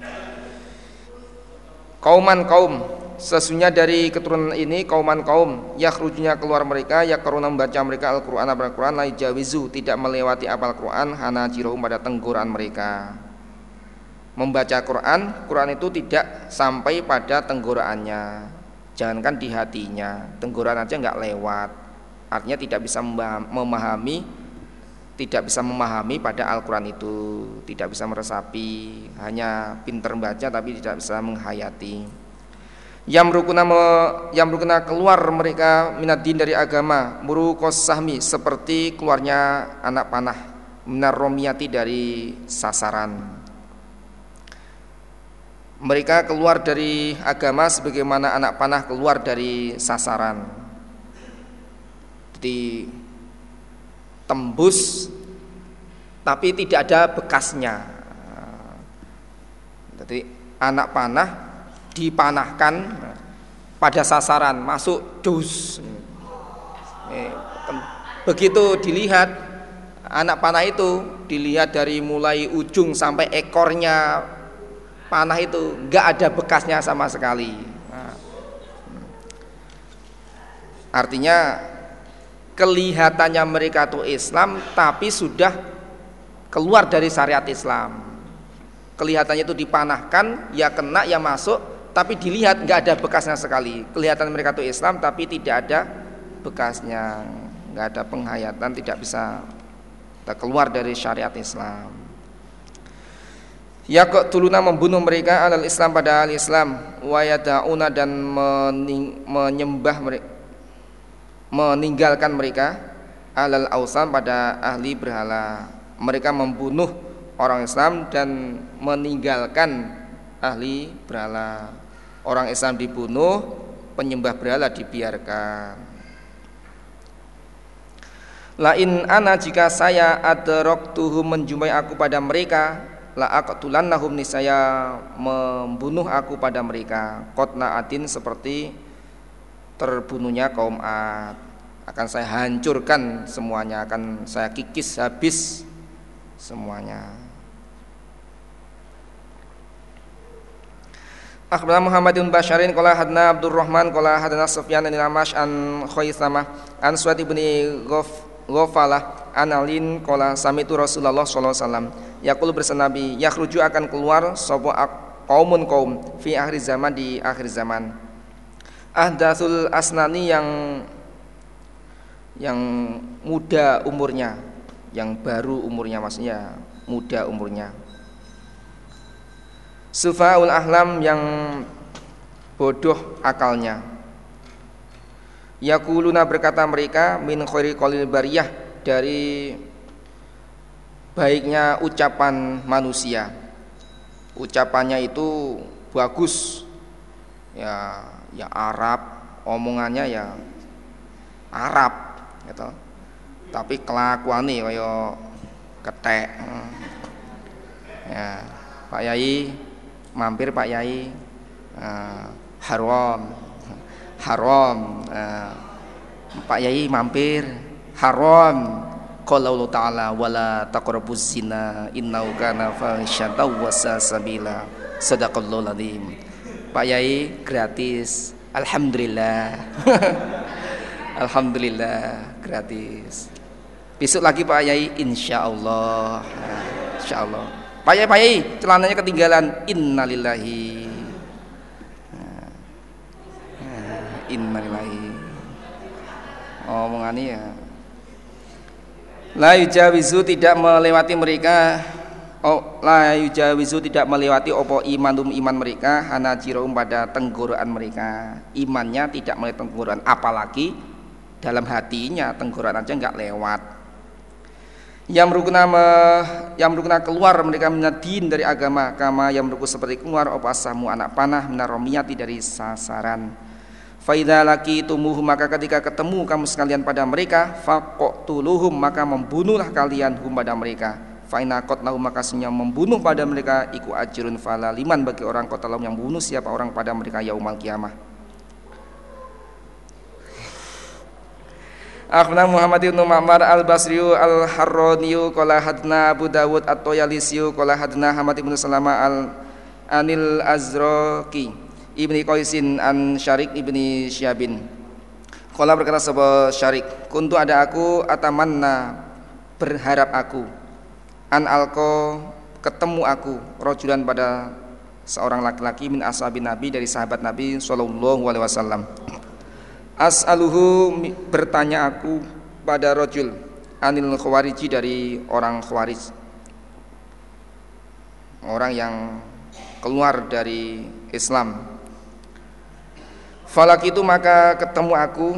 Kauman kaum, sesungguhnya dari keturunan ini kauman kaum, yakhrujunya keluar mereka, yakruna membaca mereka Al-Qur'an Al-Qur'an, la jawizu tidak melewati apal Qur'an, hanajirahum pada tenggorokan mereka. Membaca Quran, Quran itu tidak sampai pada tenggorokannya, jangankan di hatinya, tenggorokan aja nggak lewat. Artinya tidak bisa memahami, tidak bisa memahami pada Al-Quran itu, tidak bisa meresapi, hanya pinter membaca tapi tidak bisa menghayati. Yamrukuna me, yamrukuna keluar mereka minadin dari agama, murukos sahmi, seperti keluarnya anak panah, minar romiyati dari sasaran. Mereka keluar dari agama sebagaimana anak panah keluar dari sasaran. Jadi tembus tapi tidak ada bekasnya. Jadi anak panah dipanahkan pada sasaran, masuk dus. Begitu dilihat anak panah itu, dilihat dari mulai ujung sampai ekornya panah itu nggak ada bekasnya sama sekali. Nah, artinya kelihatannya mereka itu Islam tapi sudah keluar dari syariat Islam. Kelihatannya itu dipanahkan, ya kena, ya masuk, tapi dilihat nggak ada bekasnya sekali. Kelihatan mereka itu Islam tapi tidak ada bekasnya, nggak ada penghayatan, tidak bisa keluar dari syariat Islam. Yaqtuluna membunuh mereka alal Islam pada al Islam, wa yada'una dan mening, menyembah mereka, meninggalkan mereka alal ausan pada ahli berhala. Mereka membunuh orang Islam dan meninggalkan ahli berhala. Orang Islam dibunuh, penyembah berhala dibiarkan. Lain ana, jika saya adraktuhum menjumpai aku pada mereka, la aqtulannahum, niscaya membunuh aku pada mereka, qatna adin, seperti terbunuhnya kaum Ad. Akan saya hancurkan semuanya, akan saya kikis habis semuanya. Akhbarana Muhammad bin Basharin qala hadna Abdurrahman qala hadana Sufyan bin Amash an Khaisamah an Suwaid bin Ghafalah an Alin qala samitu Rasulullah sallallahu alaihi wasallam yaqul, bersabda Nabi, yakhruju akan keluar sapa qaumun kaum fi akhir zaman, di akhir zaman, ahdatsul asnani, yang yang muda umurnya, yang baru umurnya, maksudnya muda umurnya. Sufaul ahlam, yang bodoh akalnya. Yaquluna, berkata mereka, min khairi qalil bariyah, dari baiknya ucapan manusia. Ucapannya itu bagus, ya, ya Arab, omongannya ya Arab, gitu. Tapi kelakuane kaya ketek. Ya, Pak Yai, mampir Pak Yai, uh, haram, haram, uh, Pak Yai mampir, haram. Qala Allah Ta'ala wala taqrabuz zina innahu kana fahisyatan wa sabila. Sadaqallahul adzim. Pak Yai gratis. Alhamdulillah. Alhamdulillah gratis. Besok lagi Pak Yai insyaallah. Nah, insyaallah. Pak Yai, Pak Yai, celananya ketinggalan. Innalillahi. Nah, nah, innalillahi. Omongane ya. La yujawizu tidak melewati mereka oh, la yujawizu tidak melewati opo imanum iman mereka hanajirum pada tenggorokan mereka. Imannya tidak melewati tenggorokan, apalagi dalam hatinya tenggorokan aja enggak lewat. Yang merukuna me, yang merukuna keluar mereka minadin dari agama, kama yang meruku seperti keluar opo asamu anak panah minaromiyati dari sasaran. Faidha laki tumuhum maka ketika ketemu kamu sekalian pada mereka, faqtuluhum maka membunuhlah kalian hum pada mereka. Faina qatnahum maka senyum membunuh pada mereka iku ajrun falaliman bagi orang qatalahum yang membunuh siapa orang pada mereka yaumal qiyamah. Akhna Muhammad ibn Ma'mar al-Basriyu al-Harraniyu qala hadna Abu Dawud at-Toyalisiyu qala hadna Hamad ibn Salama al-Anil Azraqi Ibni Qaisin an Syarik ibni Syabin. Qala berkata sahabat Syarik, kuntu ada aku atamanna berharap aku an alko ketemu aku rojulan pada seorang laki-laki min ashabin Nabi dari sahabat Nabi sallallahu alaihi wasallam. As'aluhu bertanya aku pada rojul anil khawariji dari orang khawarij, orang yang keluar dari Islam. Falak itu maka ketemu aku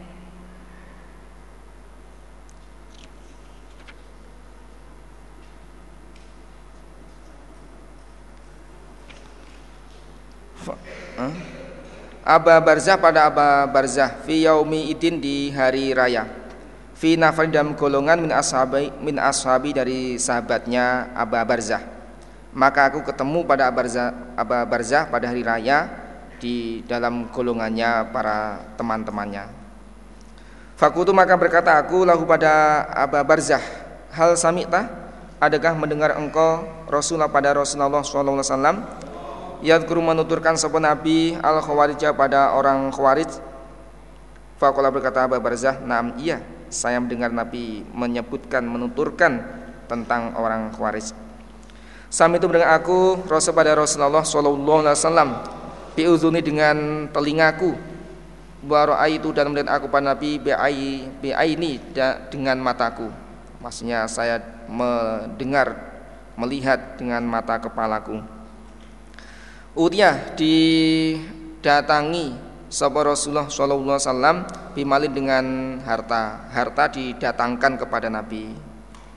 Aba Barzah pada Aba Barzah fi yaumi idin di hari raya fi nafar dalam golongan min ashabi min ashabi dari sahabatnya Aba Barzah. Maka aku ketemu pada Aba Barzah, Aba Barzah pada hari raya di dalam golongannya para teman-temannya. Fakutu maka berkata aku lahu pada Aba Barzah, hal sami'ta, adakah mendengar engkau Rasulullah pada Rasulullah sallallahu alaihi wasallam yadhkuru menuturkan sapa Nabi al khawarij pada orang khawarij. Faqala berkata Aba Barzah, "Na'am, iya, saya mendengar Nabi menyebutkan menuturkan tentang orang khawarij." Sami itu mendengar aku Rasul pada Rasulullah sallallahu alaihi wasallam biuzuni dengan telingaku, wa ra'aitu dan melihat aku pada Nabi bi'ai bi'aini dengan mataku. Maksudnya saya mendengar, melihat dengan mata kepalaku. Utiya didatangi sapa Rasulullah sallallahu alaihi wasallam bimalin dengan harta. Harta didatangkan kepada Nabi.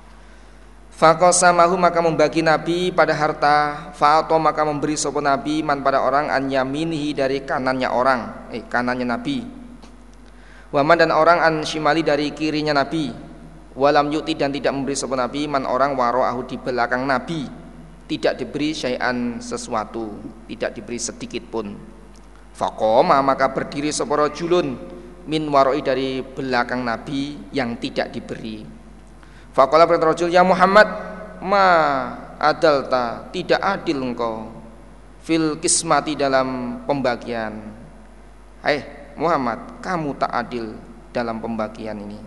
Faqasamahu maka membagi Nabi pada harta, fa'ato maka memberi sapa Nabi man pada orang an yaminihi dari kanannya orang, eh kanannya Nabi. Waman dan orang an shimali dari kirinya Nabi. Walam yuti dan tidak memberi sapa Nabi man orang wara'ahu di belakang Nabi. Tidak diberi syai'an sesuatu, tidak diberi sedikit pun. Faqama maka berdiri sapa rajulun min wara'i dari belakang Nabi yang tidak diberi. Faqala berkata rajul, ya Muhammad, ma adalta, tidak adil engkau fil kismati dalam pembagian. Hai Muhammad, kamu tak adil dalam pembagian ini.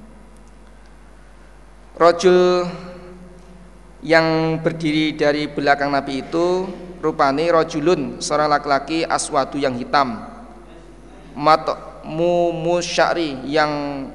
Rajul yang berdiri dari belakang Nabi itu rupane rajulun, seorang laki-laki aswadu yang hitam, matmu musyari yang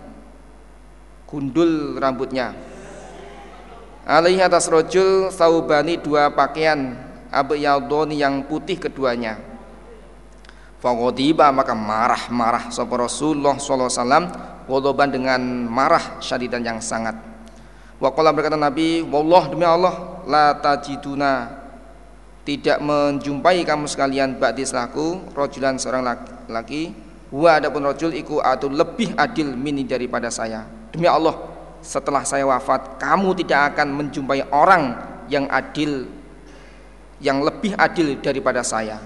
gundul rambutnya. Alaihi atas rajul saubani dua pakaian abyadoni yang putih keduanya. Faqadiba maka marah-marah sapa Rasulullah sallallahu alaihi wasallam ghadaban dengan marah syadidan yang sangat. Wa qala berkata Nabi, wallah demi Allah la tajiduna, tidak menjumpai kamu sekalian ba'di selaku rajulan seorang laki, wa adapun rajul iku atu lebih adil mini daripada saya. Demi Allah setelah saya wafat kamu tidak akan menjumpai orang yang adil yang lebih adil daripada saya.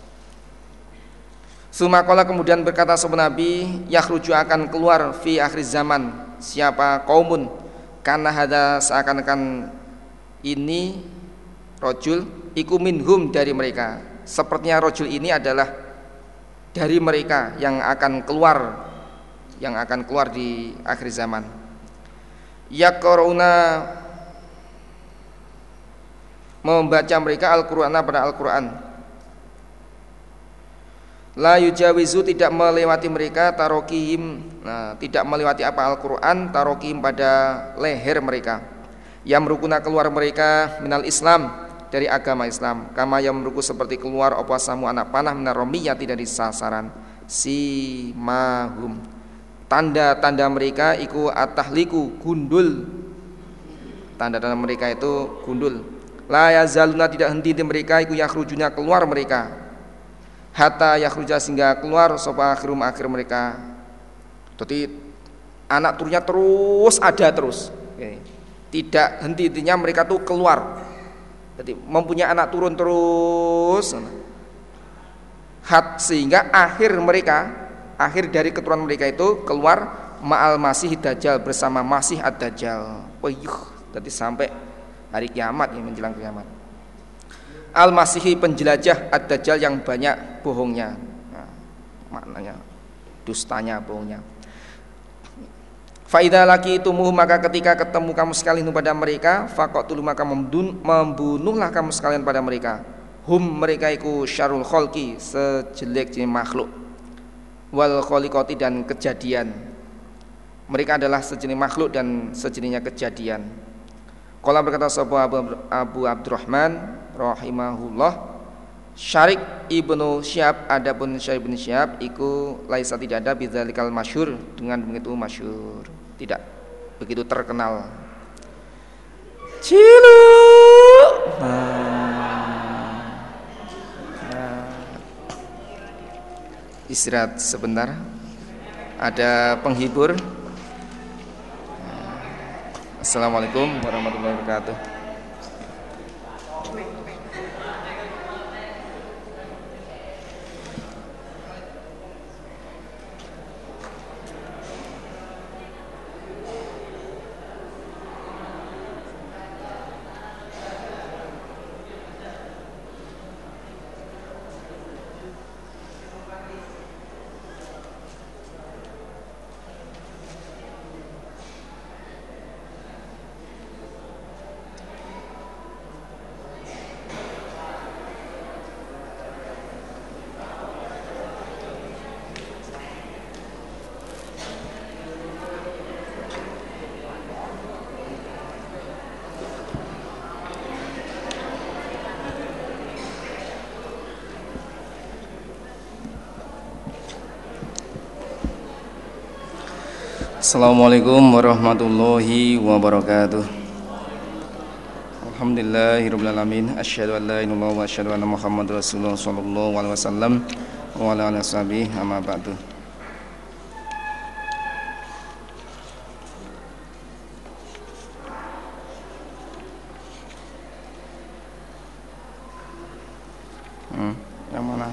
Sumakola kemudian berkata sebuah Nabi, yakhruju akan keluar fi akhir zaman siapa kaumun karena hada seakan-akan ini rojul iku minhum dari mereka. Sepertinya rojul ini adalah dari mereka yang akan keluar yang akan keluar di akhir zaman. Yaqrauna membaca mereka Al-Qur'an pada Al-Qur'an. La yujawizu tidak melewati mereka tarokihim, nah, tidak melewati apa Al-Qur'an tarokihim pada leher mereka. Yamrukuna keluar mereka minal Islam dari agama Islam. Kama yamruku seperti keluar apa samu anak panah minar romiyati dari sasaran. Si mahum tanda-tanda mereka iku atahliku gundul. Tanda-tanda mereka itu gundul. La yazaluna tidak henti mereka iku yakhrujunya keluar mereka. Hatta yakhruja sehingga keluar sapa akhirum akhir mereka. Jadi anak turunnya terus ada terus. Tidak henti-hentinya mereka tuh keluar. Jadi mempunyai anak turun terus. Hat sehingga akhir mereka, akhir dari keturunan mereka itu keluar ma'al Masih Dajjal bersama Masih Ad-Dajjal. Wah, jadi sampai hari kiamat ya, menjelang kiamat. Al-Masihi penjelajah Ad-Dajjal yang banyak bohongnya. Nah, maknanya dustanya, bohongnya. Faidah laki tumuh maka ketika ketemu kamu sekalian pada mereka, faqatulu maka membunuhlah kamu sekalian pada mereka. Hum mereka iku syarul kholqi sejelek-jelek makhluk. Wal kholiqati dan kejadian. Mereka adalah sejenis makhluk dan sejenisnya kejadian. Qala berkata sahabat Abu, Abu Abdurrahman rahimahullah, Syarik ibnu Syihab adapun Syarik ibnu Syihab iku laisa tidak ada bidzalikal masyhur dengan begitu masyhur, tidak begitu terkenal. Cilu. Nah, nah. Istirahat sebentar. Ada penghibur. Assalamualaikum warahmatullahi wabarakatuh. Assalamualaikum warahmatullahi wabarakatuh. Alhamdulillahirabbil alamin. Asyhadu an la ilaha illallah wa asyhadu anna Muhammadar Rasulullah sallallahu alaihi wasallam wa ala alihi washabihi amma ba'du. Hmm, yang mana?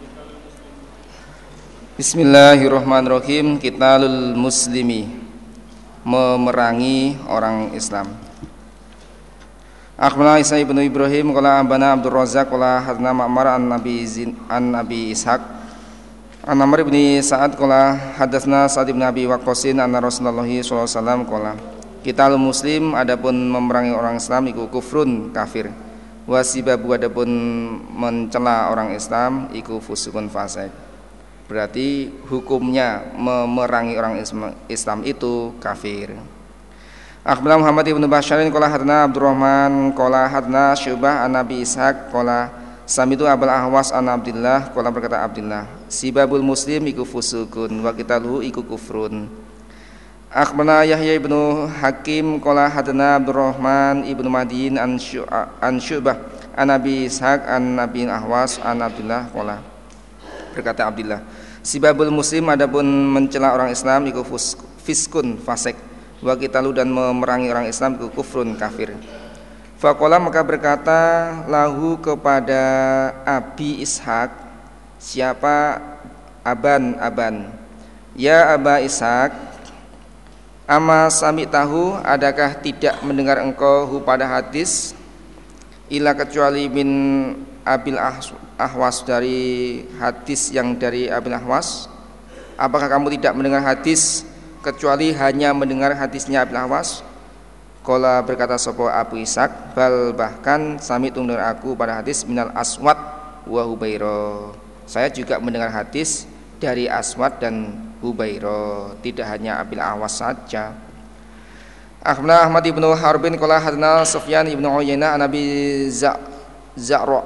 Bismillahirrahmanirrahim. Qitalul muslimi, memerangi orang Islam. Akhbarana Isa ibnu Ibrahim qala ambana Abdul Razzaq qala hadna Ma'mar an Nabi Zin an Nabi Ishaq an Amr bin Sa'ad qala hadatsna Sa'd bin Abi Waqqasin anna Rasulullah sallallahu alaihi wasallam qala qitalul muslim adapun memerangi orang Islam iku kufrun kafir, wasibabu adapun mencela orang Islam iku fusukun fasik. Berarti hukumnya memerangi orang Islam itu kafir. Akhbarana Muhammad ibnu Basharin qala hadna Abdurrahman qala hadna Syu'bah an Nabi Ishaq qala samitu Abul Ahwas an Abdillah qala berkata Abdillah sibabul muslim iku fusukun wa qitaluhu iku kufrun. Akhbarana Yahya ibnu Hakim qala hadna Abdurrahman ibnu Madin an Syu'bah an Nabi Ishaq an Nabi Ahwas an Abdillah qala berkata Abdillah sibabul muslim adapun mencela orang Islam iku fiskun fasik, wa qitalu dan memerangi orang Islam iku kufrun kafir. Faqala maka berkata lahu kepada Abi Ishaq, siapa Aban Aban, ya Aba Ishaq, ama sami tahu, adakah tidak mendengar engkau hu pada hadis, ila kecuali min Abil Ahwas, dari hadis yang dari Abil Ahwas. Apakah kamu tidak mendengar hadis kecuali hanya mendengar hadisnya Abil Ahwas? Qala berkata sapa Abu Ishaq, bal bahkan sami tu mendengar aku pada hadis minal Aswad wa Hubairah. Saya juga mendengar hadis dari Aswad dan Hubairah, tidak hanya Abil Ahwas saja. Akhbarana Ahmad ibn Harbin qala hadana Sufyan ibn Uyainah an Abi Za'ra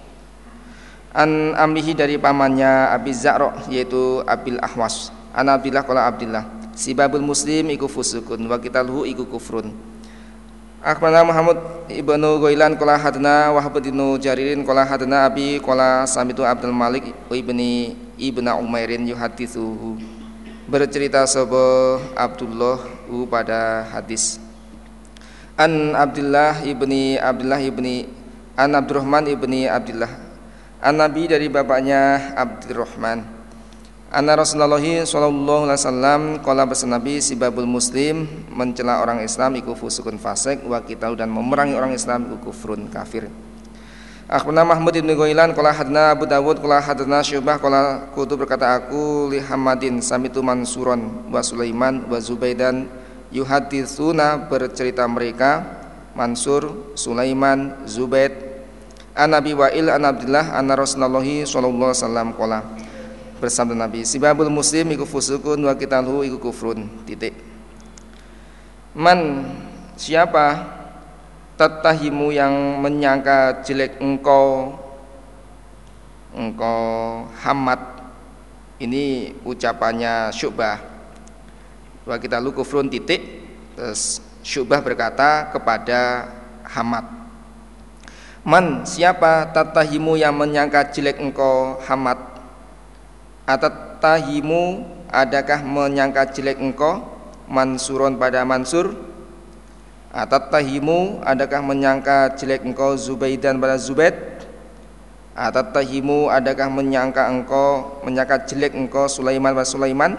an ammihi, dari pamannya Abi Za'ra yaitu Abil Ahwas, an Abdillah qala Abdillah, sibabul muslim iku fusukun wa qitaluhu iku kufrun. Akhbarana Muhammad ibnu Ghailan qala hadana Wahab bin Jaririn qala hadana Abi qala samitu Abdul Malik ibni Ibnu Umairin yuhaditsuhu, bercerita sapa Abdullah pada hadis, an Abdullah ibni Abdullah ibni an Abdurrahman ibni Abdullah an Nabi, dari bapaknya Abdurrahman, anna Rasulullah sallallahu alaihi wasallam qala, bersabda Nabi, sibabul muslim, mencela orang Islam iku fusukun fasik, wa qitalu, dan memerangi orang Islam iku kufrun kafir. Akhbarana Mahmud ibn Ghailan qala hadna Abu Dawud qala hadna Syu'bah qala kutu, berkata aku li Hamadin samitu Mansuron wa Sulaiman wa Zubaidan yuhaditsuna, bercerita mereka Mansur, Sulaiman, Zubaid, an Nabi Wa'il an Abdillah anna Rasulullah sallallahu alaihi wasallam qala, bersabda Nabi, sibabul muslim iku fusukun wa qitaluhu iku kufrun. Titik. Man, siapa, tatahimu, yang menyangka jelek engkau, engkau Hamad. Ini ucapannya Syu'bah. Wa qitaluhu kufrun, titik. Terus Syu'bah berkata kepada Hamad, man, siapa, tatahimu, yang menyangka jelek engkau Hamad, atatahimu, adakah menyangka jelek engkau Mansuron pada Mansur, atatahimu, adakah menyangka jelek engkau Zubaidan pada Zubaid, atatahimu, adakah menyangka engkau menyangka jelek engkau Sulaiman pada Sulaiman.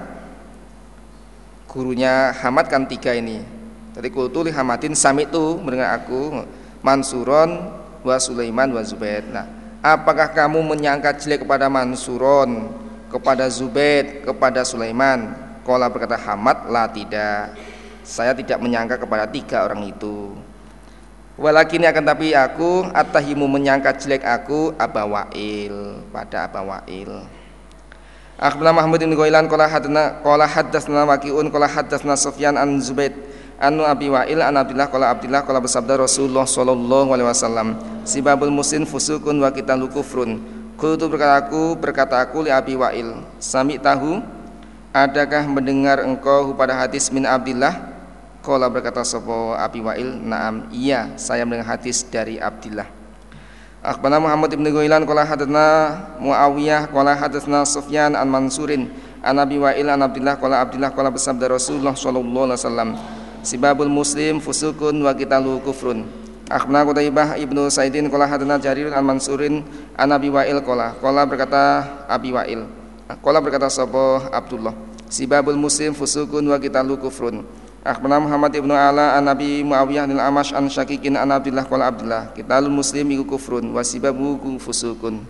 Gurunya Hamad kan tiga ini. Tadi qultu li Hamadin sami'tu, mendengar aku Mansuron wa Sulaiman wa Zubaid. Nah, apakah kamu menyangka jelek kepada Mansuron, kepada Zubaid, kepada Sulaiman? Qala, berkata Hamad, la, tidak, saya tidak menyangka kepada tiga orang itu. Walakin, akan tapi aku atahimu, menyangka jelek aku Aba Wa'il, pada Aba Wa'il. Akhbarana Mahmud bin Ghailan qala hadana qala haddatsna Waqi'un qala haddatsna Sufyan an Zubaid anu Abi Wa'il an Abdillah qala Abdillah qala, bersabda Rasulullah sallallahu alaihi wasallam, sibabul muslim fusukun wa qitalu kufrun. Qultu, berkata aku berkata aku li Abi Wa'il, sami tahu, adakah mendengar engkau pada hadis min Abdillah? Qala, berkata sapa Abi Wa'il, na'am, iya, saya mendengar hadis dari Abdillah. Akhbarana Muhammad ibn Ghailan qala hadatsna Muawiyah qala hadatsna Sufyan an Mansurin an Abi Wa'il an Abdillah qala Abdillah qala, bersabda Rasulullah sallallahu alaihi wasallam, sibabul muslim fusukun wa qitalu kufrun. Akhbarana Qutaibah ibnu Sa'idin qala hadatsna Jarir an Mansurin an Abi Wa'il qala qala, berkata Abi Wa'il, qala, berkata sapa Abdullah, sibabul muslim fusukun wa qitalu kufrun. Akhbarana Muhammad ibnu Ala an Nabi Muawiyah al Amash an Syaqiqin an Abdillah qala Abdullah, qitalul muslim iku kufrun wa sibabu fusukun.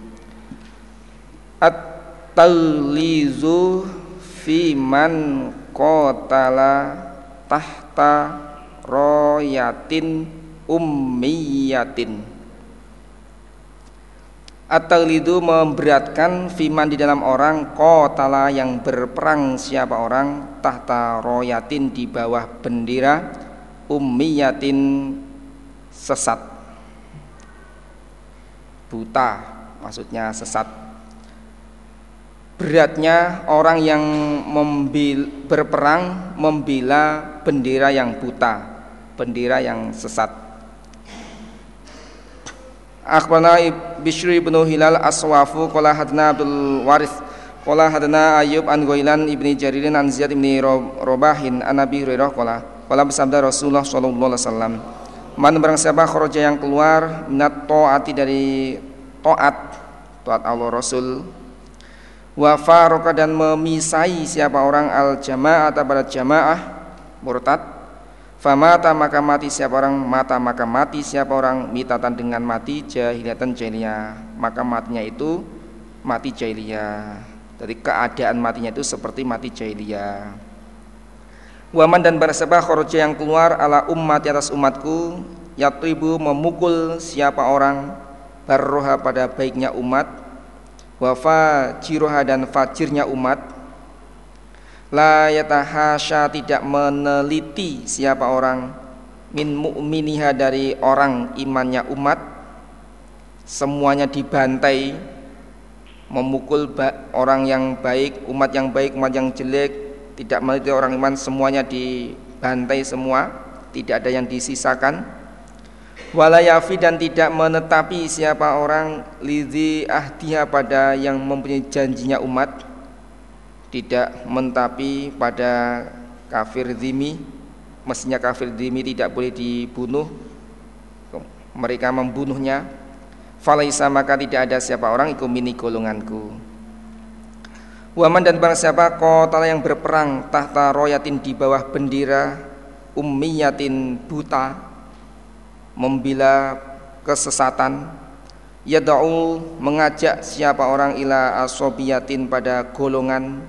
At-talizu fi man qatala tahta royatin ummiyatin. At-talidu, memberatkan, fiman, di dalam orang, qatala, yang berperang, siapa orang, tahta royatin, di bawah bendera, ummiyatin, sesat, buta, maksudnya sesat. Beratnya orang yang membil, berperang membela bendera yang buta, bendera yang sesat. Akhbarana Bishr ibn Hilal Aswafu qala hadna Abdul Warith qala hadna Ayyub an Ghailan ibni Jaririn an Ziyad ibni Robahin an Nabi Hurairah qala qala, bersabda Rasulullah sallallahu alaihi wasallam, Man barang siapa kharaja yang keluar minat taati dari taat taat Allah Rasul, wa faroka dan memisai siapa orang al jamaah atau pada jamaah murtad, famata maka mati siapa orang mata maka mati siapa orang mitatan dengan mati jahiliyatan jahiliyah, maka matinya itu mati jahiliyah. Jadi keadaan matinya itu seperti mati jahiliyah. Waman dan barang siapa kharaja yang keluar ala ummati atas umatku, yatribu memukul siapa orang barroha pada baiknya umat, wa fajiroha dan fajirnya umat, la yatahasya tidak meneliti siapa orang min mu'miniha dari orang imannya umat, semuanya dibantai, memukul orang yang baik, umat yang baik, umat yang jelek, tidak meneliti orang iman, semuanya dibantai semua, tidak ada yang disisakan. Walayafi dan tidak menetapi siapa orang lidhi ahdiha pada yang mempunyai janjinya umat, tidak menetapi pada kafir dhimmi, mestinya kafir dhimmi tidak boleh dibunuh, mereka membunuhnya. Falaisa maka tidak ada siapa orang iku mini golonganku. Waman dan barang siapa qatala yang berperang tahta royatin di bawah bendera ummiyatin buta, membela kesesatan, yad'u mengajak siapa orang ila asobiyatin pada golongan,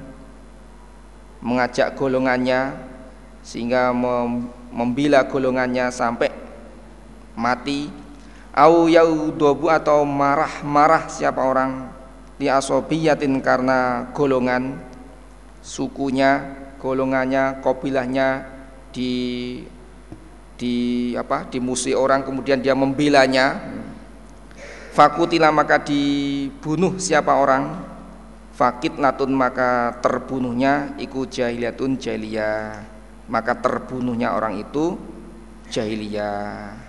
mengajak golongannya sehingga membela golongannya sampai mati, au yaudobu atau marah-marah siapa orang li asobiyatin karena golongan, sukunya, golongannya, kabilahnya di di apa dimusuhi orang, kemudian dia membelanya, fakutila maka dibunuh siapa orang, fakit latun maka terbunuhnya iku jahiliyatun jahiliyah, maka terbunuhnya orang itu jahiliyah.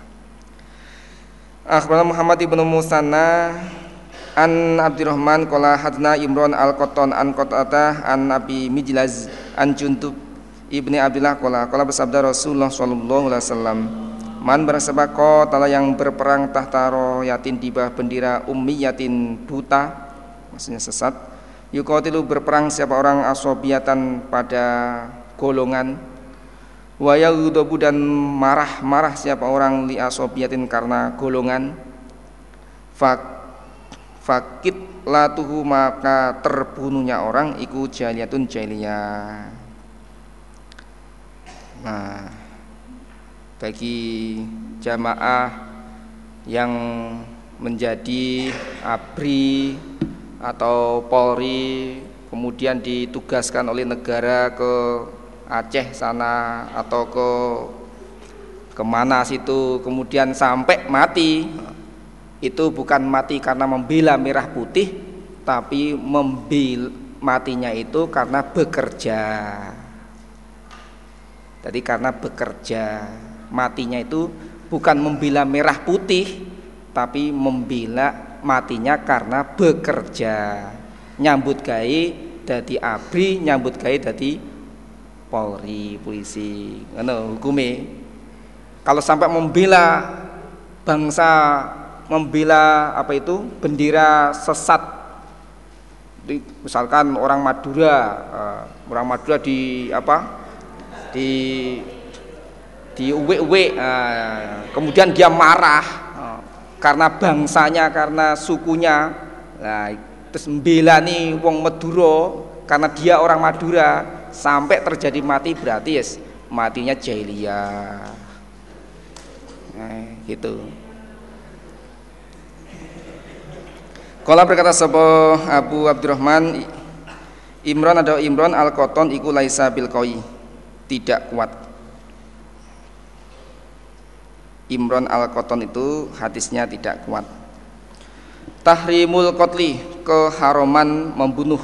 Akhbarana Muhammad ibnu Musanna an Abdurrahman qala hadna Imran al-Qattan an Qatadah an Nabi Mijlaz an Juntub ibni Abdullah qala qala bersabda Rasulullah sallallahu alaihi wasallam, man bersabda qatala yang berperang tahta royatin di bawah bendera ummiyatin buta, maksudnya sesat, yuqatilu berperang siapa orang asobiyatan pada golongan, wa yaghdabu dan marah-marah siapa orang li asobiyatin karena golongan, fak fakit latuhu maka terbunuhnya orang iku jahiliyatun jahiliyah. Nah, bagi jamaah yang menjadi ABRI atau Polri kemudian ditugaskan oleh negara ke Aceh sana atau ke kemana situ kemudian sampai mati, itu bukan mati karena membela merah putih, tapi membela matinya itu karena bekerja. Jadi karena bekerja, matinya itu bukan membela merah putih, tapi membela matinya karena bekerja. Nyambut gawe dadi ABRI, nyambut gawe dadi Polri, polisi, ngono hukume. Kalau sampai membela bangsa, membela apa itu bendera sesat, misalkan orang Madura, orang Madura di apa? di di uwe-uwe, uh, kemudian dia marah uh, karena bangsanya, karena sukunya, nah, terus membela nih wong Madura karena dia orang Madura sampai terjadi mati, berarti yes, matinya jahiliyah, nah, gitu. Qala berkata sapa Abu Abdurrahman, Imran ada Imran al-Qattan iku laisa bil qawi, tidak kuat. Imran al-Qattan itu hadisnya tidak kuat. Tahrimul qatli, keharaman membunuh.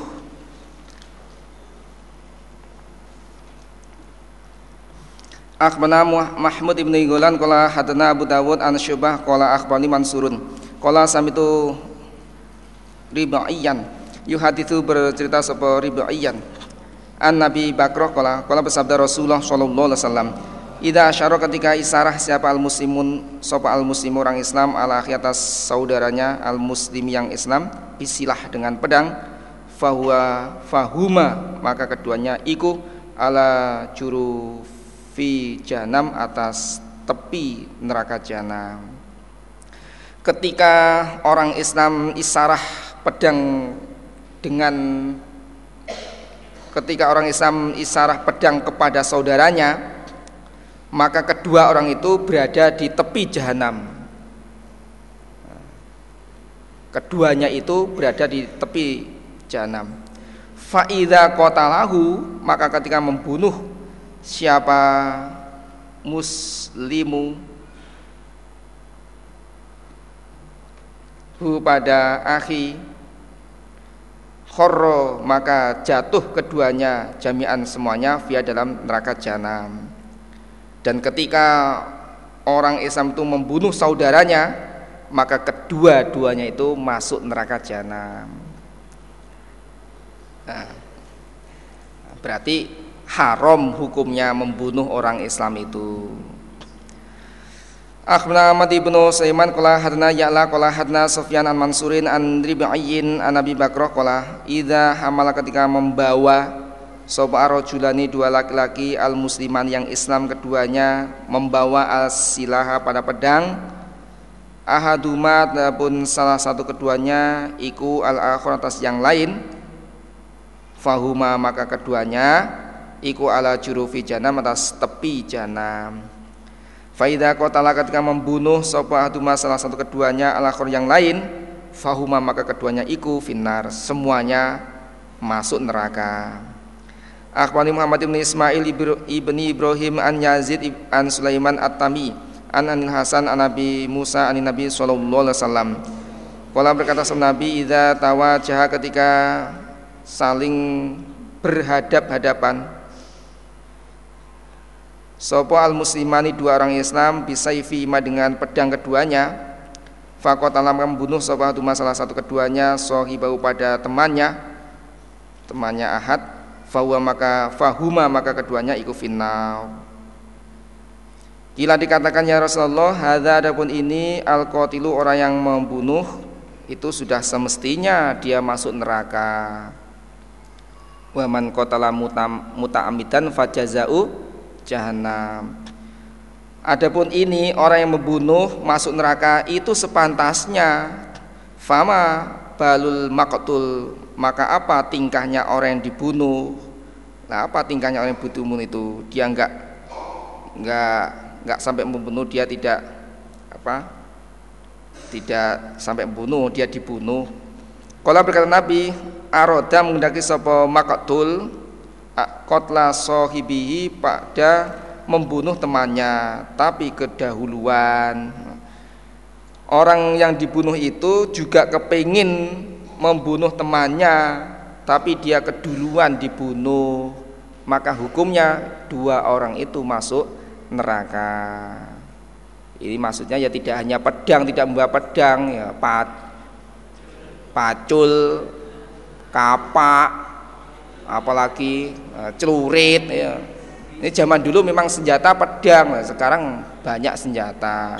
Akhbarana Mahmud ibn Ghulan qala hadana Abu Dawud an Syu'bah qala akhbarani Mansurun qala samitu Ribaiyan yuhaditsu bercerita sapa Ribaiyan an Nabi Bakrah qala qala bersabda Rasulullah sallallahu alaihi wasallam, Idza asyara ketika isarah siapa al muslimun sapa al muslim orang Islam ala akhi atas saudaranya al muslim yang Islam bisilah dengan pedang fahuwa fahuma maka keduanya iku ala juru fi janam atas tepi neraka jahanam. Ketika orang Islam isarah pedang dengan ketika orang Islam isarah pedang kepada saudaranya, maka kedua orang itu berada di tepi jahanam. Keduanya itu berada di tepi jahanam. Fa idza qatalahu maka ketika membunuh siapa muslimu hu pada akhi khorro maka jatuh keduanya jami'an semuanya via dalam neraka jahanam. Dan ketika orang Islam itu membunuh saudaranya, maka kedua-duanya itu masuk neraka jahanam. Nah, berarti haram hukumnya membunuh orang Islam itu. Akhbarana Ahmad ibnu Sulaiman qala hadna ya'la qala hadna Sufyan an Mansurin an Rib'in an Abi Bakrah qala idza hamala ketika membawa sapa rajulani dua laki-laki al musliman yang Islam keduanya membawa al silaha pada pedang ahaduma pun salah satu keduanya iku al akhar atas yang lain fahuma maka keduanya iku ala jurufi janam atas tepi janam. Faida qatala ketika membunuh sapa ahaduma salah satu keduanya al akhar yang lain fahuma maka keduanya iku finnar semuanya masuk neraka. Akhbarani Muhammad ibn Ismail ibni Ibrahim an Yazid an Sulaiman at-Tami an Anil Hasan an Nabi Musa an Nabi sallallahu alaihi wasallam. Qala berkata sama Nabi idza tawajaha ketika saling berhadap-hadapan sapa al muslimani dua orang Islam bisayfi ma dengan pedang keduanya faqatala membunuh sapa salah satu keduanya sahibahu pada temannya temannya Ahad fahuwa maka fahuma maka keduanya iku finnar. Kila dikatakan ya Rasulullah hadza adapun ini al-qatilu orang yang membunuh itu sudah semestinya dia masuk neraka. Wa man qatala muta'ammidan fajazau jahannam. Adapun ini orang yang membunuh masuk neraka itu sepantasnya. Fama balul maqtul maka apa tingkahnya orang yang dibunuh? Nah, apa tingkahnya orang yang dibunuh itu? Dia enggak enggak enggak sampai membunuh, dia tidak apa? Tidak sampai membunuh, dia dibunuh. Qala berkata Nabi, aroda menghendaki sapa maqtul qatla sahibihi pada membunuh temannya, tapi kedahuluan. Orang yang dibunuh itu juga kepingin membunuh temannya, tapi dia keduluan dibunuh, maka hukumnya dua orang itu masuk neraka. Ini maksudnya ya tidak hanya pedang, tidak membawa pedang, ya pat, pacul, kapak, apalagi celurit. Ya. Ini zaman dulu memang senjata pedang, sekarang banyak senjata.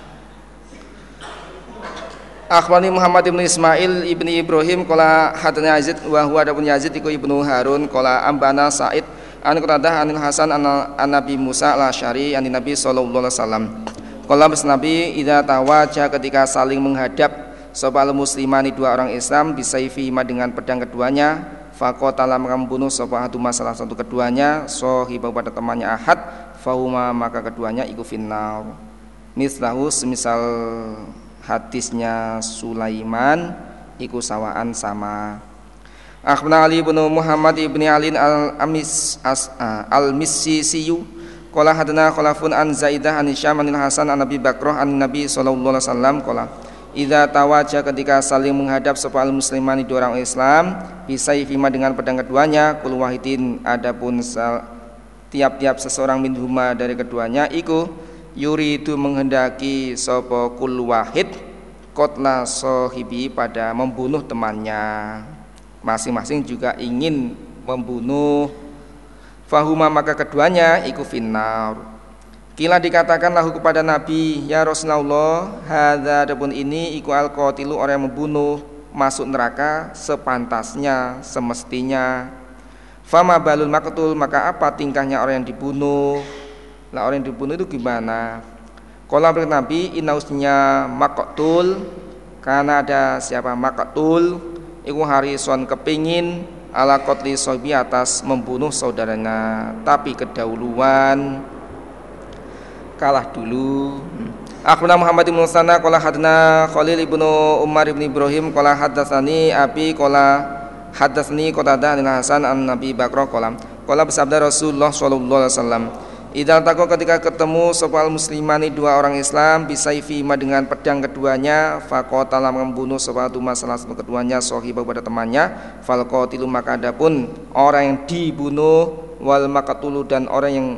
Akhbarani Muhammad ibn Ismail ibni Ibrahim qala hadatsana Yazid wa huwa adapun Yazid iku ibnu Harun qala ambana Sa'id an Qatadah anil Hasan an Nabi Musa al-Asy'ari an Nabi sallallahu alaihi wasallam qala Nabi idza tawaja ketika saling menghadap sapa muslimani dua orang Islam bisayfi ma dengan pedang keduanya faqatala membunuh sapa ahaduma salah satu keduanya sahiba pada temannya Ahad fauma maka keduanya iku finnar. Mislahu semisal hadisnya Sulaiman iku sawaan sama. Akhbarana Ali bin Muhammad ibni Ali al-Amis al-Missisiyu qala hadana khalafun an Zaidah an Hisyam an Hasan an Nabi Bakrah an Nabi sallallahu alaihi wasallam qala idza tawaja ketika saling menghadap sapa al-muslimani dua orang Islam bisayfima dengan pedang keduanya kul wahidin adapun tiap-tiap seseorang minhuma dari keduanya iku yuridu menghendaki sapa kul wahid qatla sahibi pada membunuh temannya, masing-masing juga ingin membunuh fahuma maka keduanya iku finnar. Kila dikatakan lahu kepada Nabi, ya Rasulullah, hadza adapun ini iku al-qatilu orang yang membunuh masuk neraka sepantasnya, semestinya. Fama balul maqtul, maka apa tingkahnya orang yang dibunuh? Lah orang yang dibunuh itu gimana? Qala berkata Nabi, inna usnya maqtul, karena ada siapa maqtul, iku harison kepingin ala qatli sobi atas membunuh saudaranya, tapi kedahuluan, kalah dulu. Akhbarana Muhammad bin Musanna qala hadna Khalil ibnu Umar ibn Ibrahim qala hadatsani abi qala hadatsani Qatadah an Hasan an Nabi Bakr qala qala bersabda Rasulullah sallallahu alaihi wasallam, idza taqo ketika ketemu sopal muslimani dua orang Islam bisaifi ma dengan pedang keduanya faqatala membunuh sopal tuma salah satu keduanya sahibah pada temannya falqatilu maka adapun orang yang dibunuh wal maqtulu dan orang yang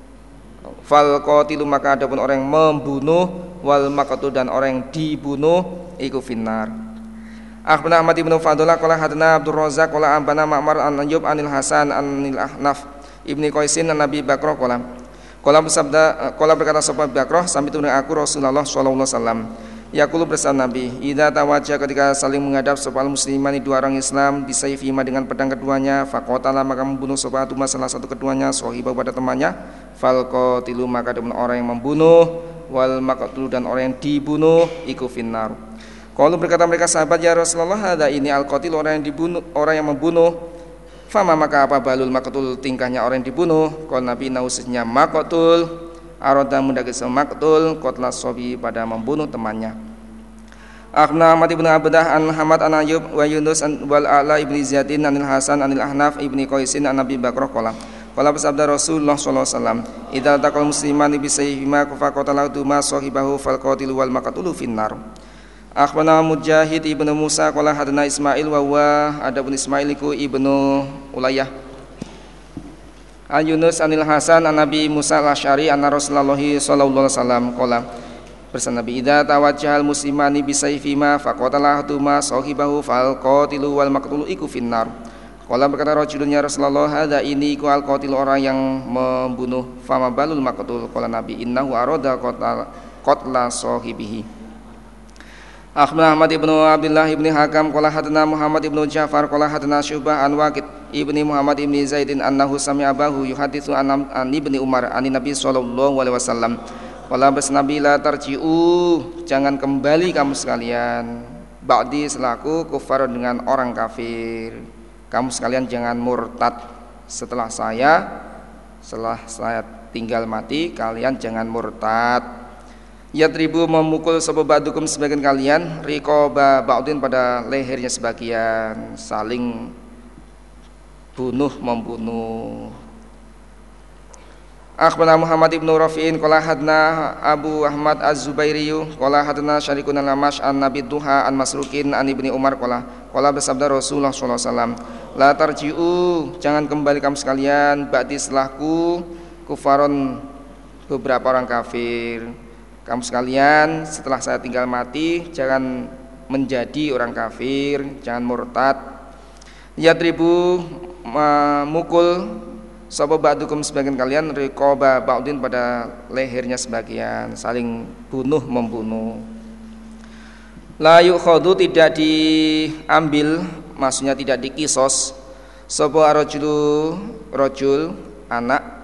falqatilu maka adapun orang yang membunuh wal maqtul dan orang yang dibunuh iku finnar. Akhbarana Ahmad ibn Fadlah qala hadana Abdul Razzaq qala ambana Ma'mar an Ayyub anil Hasan anil Ahnaf ibni Qaisin an Nabi Bakr qala qala bersabda qala berkata sahabat Bakr sampai itu aku Rasulullah sallallahu alaihi wasallam yaqulu bersabda Nabi idza tawajjah ketika saling menghadap sopal muslimani dua orang Islam bisayfima dengan pedang keduanya faqatala maka membunuh sopatu salah satu keduanya sahibah pada temannya falqatilu maka ada orang yang membunuh wal maqtul dan orang yang dibunuh iku finnar. Kalau berkata mereka sahabat ya Rasulullah ada ini al-qatil orang yang dibunuh orang yang membunuh fama maka apa balul maqtul tingkahnya orang yang dibunuh. Kalau Nabi nausisnya maqtul aroda mundaki maqtul qatla sobi pada membunuh temannya. Akhna Ahmad ibn Abdah an Hamad an Ayyub wa Yunus an wal A'la ibn Ziyadin anil Hasan anil Ahnaf ibni Qaisin an Nabi Bakr qala qala bersabda Rasulullah sallallahu alaihi wasallam idza taqal muslimani bi sayfima faqatalahu ma sahibahu falqatilu wal maqtulu finnar. Akhbarana Mujahid ibnu Musa qala hadana Ismail wa huwa adapun Ismail iku ibnu Ulayyah an Yunus anil Hasan an Nabi Musa al-Asy'ari anna Rasulullah sallallahu alaihi wasallam qala bersabda Nabi idza tawajjahal muslimani bi sayfima faqatalahu ma sahibahu falqatilu wal maqtulu iku finnar. Qala berkata rajulun ya Rasulullah hadza ini iku al-qatil orang yang membunuh fama balul maqtul qala Nabi innahu arada qatla qatla sahibihi. Akhbarana Ahmad ibnu Abdullah ibni Hakam qala hadana Muhammad ibnu Ja'far qala hadana Syu'bah an Waqid ibni Muhammad ibni Zaidin annahu sami'a abahu yuhaditsu an, an ibni Umar an Nabi sallallahu alaihi wasallam qala basnabi la tarji'u jangan kembali kamu sekalian ba'di selaku kufar dengan orang kafir. Kamu sekalian jangan murtad setelah saya setelah saya tinggal mati kalian jangan murtad. Yatribu memukul sababadukum sebagian kalian riqaba ba'din pada lehernya sebagian, saling bunuh membunuh. Akhbarana Muhammad ibnu Rafi'in qala hadna Abu Ahmad Az-Zubairi qala hadna Syarikun al-Amash an Nabi Duha an Masrukin an Ibni Umar qala qala bersabda Rasulullah sallallahu alaihi wasallam la tarji'u jangan kembali kamu sekalian ba'di setelahku kufaron beberapa orang kafir. Kamu sekalian setelah saya tinggal mati jangan menjadi orang kafir, jangan murtad. Yadribu memukul sapa ba'dukum sebagian kalian riqaba ba'din pada lehernya sebagian, saling bunuh membunuh. La yukhadu tidak diambil, maksudnya tidak dikisos sapa rajulu rajul anak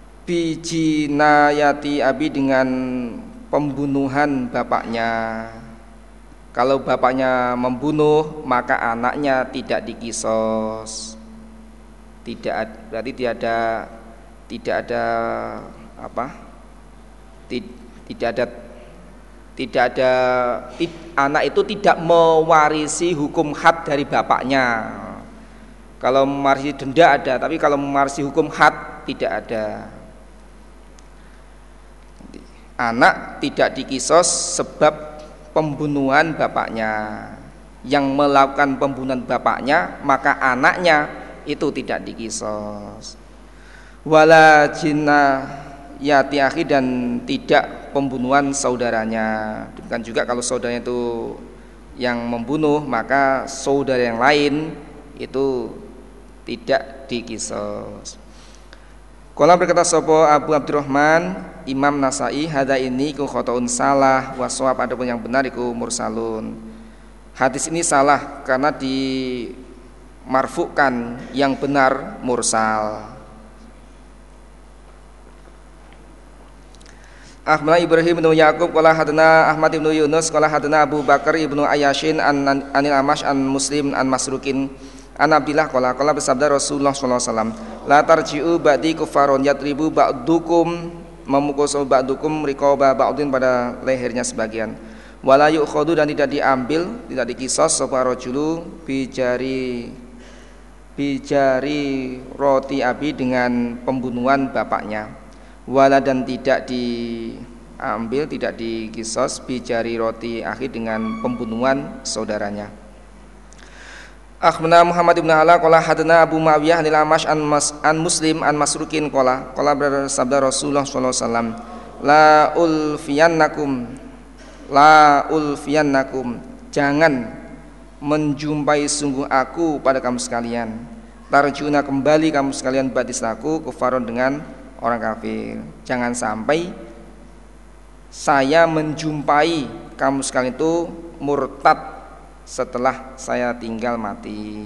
bijinayati abi dengan pembunuhan bapaknya. Kalau bapaknya membunuh maka anaknya tidak dikisos. Tidak berarti tidak ada tidak ada apa? Tidak ada tidak ada anak itu tidak mewarisi hukum had dari bapaknya. Kalau mewarisi denda ada, tapi kalau mewarisi hukum had tidak ada. Anak tidak dikisos sebab pembunuhan bapaknya. Yang melakukan pembunuhan bapaknya maka anaknya itu tidak dikisos. Wala jinna yati akhi dan tidak pembunuhan saudaranya. Demikian juga kalau saudaranya itu yang membunuh maka saudara yang lain itu tidak dikisos. Qala berkata sapa Abu Abdurrahman Imam Nasai, hadza ini ku khotoun salah wa shawab adapun yang benar iku mursalun. Hadis ini salah karena dimarfukan, yang benar mursal. Ahmad Ibrahim bin Yaqub qala hadana Ahmad bin Yunus qala hadana Abu Bakar ibnu Ayyashin an anil Amash an Muslim an Masrukin an Abdillah qala qala bersabda Rasulullah sallallahu alaihi wasallam, la tarji'u ba'di kufaron yatribu ba'dukum, memukul ba'dukum riqaba ba'din pada lehernya sebagian, wala yu'khadu dan tidak diambil, tidak dikisos sapa rajulu bijari bijari roti abi dengan pembunuhan bapaknya, wala dan tidak diambil, tidak dikisos bijari roti akhi dengan pembunuhan saudaranya. Akhbarana Muhammad ibn Ala qala hadana Abu Muawiyah anil Amash an, mas, an Muslim an Masrukin qala qala bersabda Rasulullah sallallahu alaihi wasallam, la ulfiyannakum la ulfiyannakum jangan menjumpai sungguh aku pada kamu sekalian, tarjuna kembali kamu sekalian badislaku kufaron dengan orang kafir. Jangan sampai saya menjumpai kamu sekalian itu murtad setelah saya tinggal mati.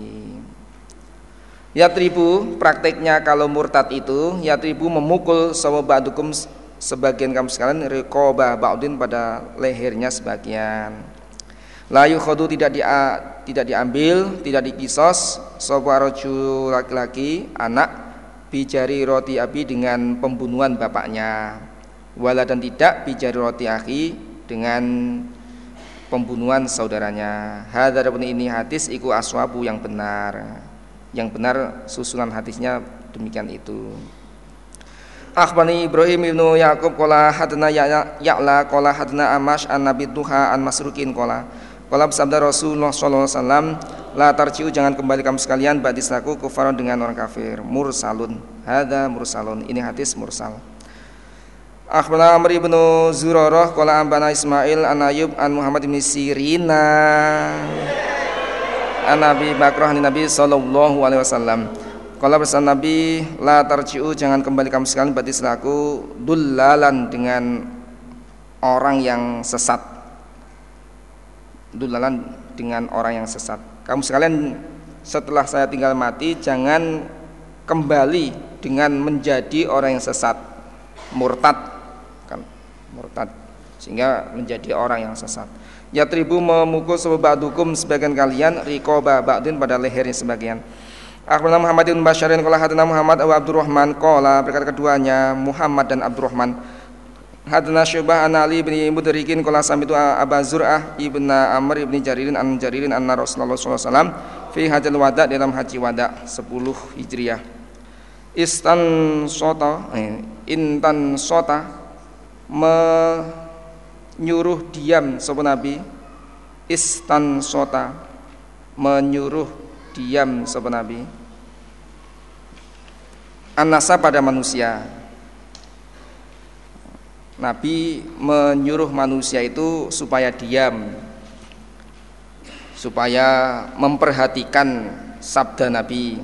Yatribu, prakteknya kalau murtad itu yatribu memukul sawa ba'dukum sebagian kamu sekalian riqaba ba'din pada lehernya sebagian. La yukhadu tidak di, tidak diambil, tidak dikisos sawa rajul laki-laki anak bijari roti abi dengan pembunuhan bapaknya, wala dan tidak bijari roti akhi dengan pembunuhan saudaranya. Hadza adapun ini hadis iku aswabu yang benar. Yang benar susunan hadisnya demikian itu. Akhbarani Ibrahim ibnu Yaqub qala hadana Ya'la qala hadana Amash an Nabi Duha an Masrukin qala qala bersabda Rasulullah sallallahu alaihi wasallam, la tarji'u jangan kembali kamu sekalian ba'dislaku kufaron dengan orang kafir. Mursalun. Hadza mursalun. Ini hadis mursal. Akhbarana Amr ibn Zurarah qala ambana Ismail an Ayyub an Muhammad bin Sirina an Nabi Bakrah an Nabi sallallahu alaihi wasallam qala bersabda Nabi, la tarji'u jangan kembali kamu sekalian ba'dislaku dullalan dengan orang yang sesat. Dullalan dengan orang yang sesat. Kamu sekalian setelah saya tinggal mati jangan kembali dengan menjadi orang yang sesat, murtad kan, murtad sehingga menjadi orang yang sesat. Yatribu memukul seba'dukum sebagian kalian riqaba ba'din pada lehernya sebagian. Akhbarana Muhammad bin Basyarin qala hadana Muhammad wa Abdurrahman qala berkata keduanya Muhammad dan Abdurrahman hadana Syu'bah an Ali bin Mudrikin qala sami'tu Abu Zur'ah ibn Amr ibn Jaririn an Jaririn anna Rasulullah sallallahu alaihi wasallam fi hajjal wada dalam haji wada sepuluh Hijriah istan sota eh, intan sota menyuruh diam sapa Nabi, istan sota menyuruh diam sapa Nabi, an-nasa pada manusia. Nabi menyuruh manusia itu supaya diam, supaya memperhatikan sabda Nabi.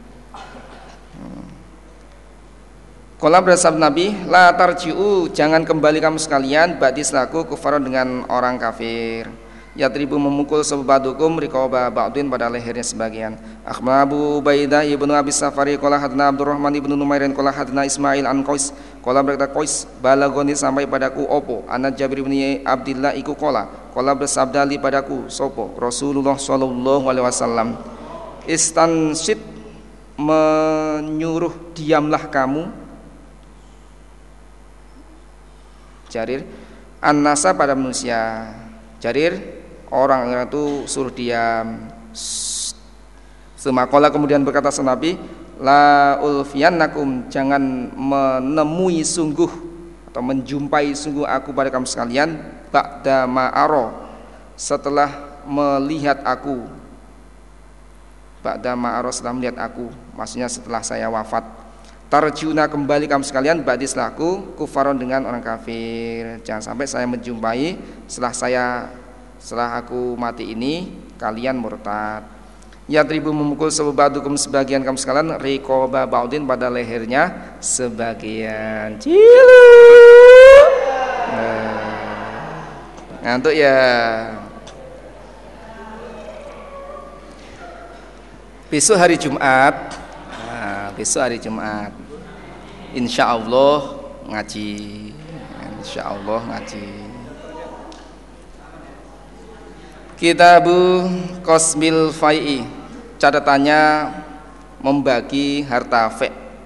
Qala bersabda Nabi, la tarji'u jangan kembali kamu sekalian ba'dislaku kufaron dengan orang kafir. Yatribu memukul sebadukum riqaba ba'din pada lehernya sebagian. Akhbarana Abu Ubaidah ibnu Abi Safari qala hadna Abdurrahman ibnu Numairin qala hadna Ismail an Qais qala berkata Qais balagoni sampai padaku opo ana Jabir bin Abdillah iku qala qala bersabda li padaku sopo Rasulullah sallallahu alaihi wasallam, istansid menyuruh diamlah kamu Jarir an-nasa pada manusia. Jarir orang itu suruh diam. Semakola kemudian berkata Nabi, la ulfiyannakum jangan menemui sungguh atau menjumpai sungguh aku pada kamu sekalian ba'da ma'aro setelah melihat aku. Ba'da ma'aro setelah melihat aku, maksudnya setelah saya wafat. Tarjuna kembali kamu sekalian ba'dislaku kufaron dengan orang kafir. Jangan sampai saya menjumpai setelah saya setelah aku mati ini kalian murtad. Yatribu memukul sebadukum sebagian kamu sekalian riqaba ba'din pada lehernya sebagian. Cilu. Nah, ngantuk ya. Besok hari Jumat. Nah, besok hari Jumat. Insya Allah ngaji. Insya Allah ngaji. Kitabu Qasmil Fai'i, catatannya membagi harta fe,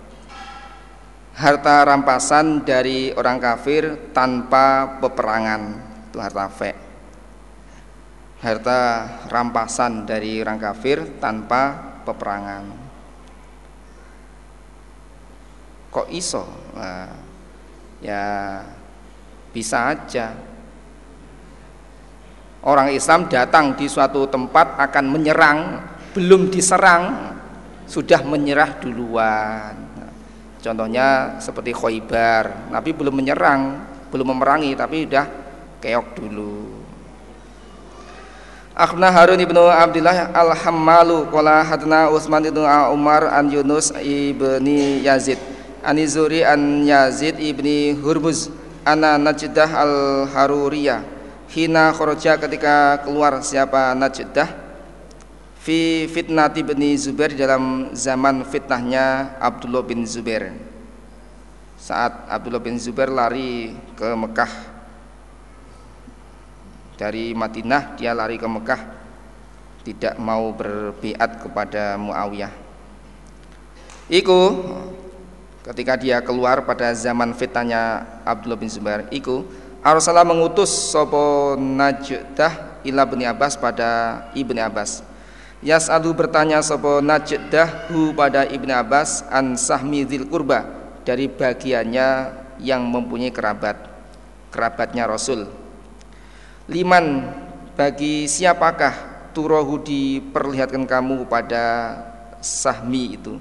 harta rampasan dari orang kafir tanpa peperangan, itu harta fe. Harta rampasan dari orang kafir tanpa peperangan. Kok iso? Nah, ya bisa aja. Orang Islam datang di suatu tempat akan menyerang, belum diserang sudah menyerah duluan. Contohnya seperti Khaybar, Nabi belum menyerang, belum memerangi, tapi sudah keok dulu. Akhbarana Harun ibnu Abdillah al-Hammalu qala hadna Utsman ibnu Umar an Yunus ibni Yazid an Zuri an Yazid ibni Hurmuz ana Najdah al-Haruriyah hina kharaja ketika keluar siapa Najdah fi fitnati bin Zubair dalam zaman fitnahnya Abdullah bin Zubair. Saat Abdullah bin Zubair lari ke Mekah dari Madinah, dia lari ke Mekah, tidak mau berbiat kepada Muawiyah. Iku ketika dia keluar pada zaman fitnahnya Abdullah bin Zubair, iku Rasulullah mengutus sapa Najdah ila Ibni Abbas pada Ibni Abbas. Yas'alu bertanya sapa Najdah hu pada Ibni Abbas an sahmi dzil qurba, dari bagiannya yang mempunyai kerabat, kerabatnya Rasul. Liman, bagi siapakah turohu diperlihatkan kamu pada sahmi itu?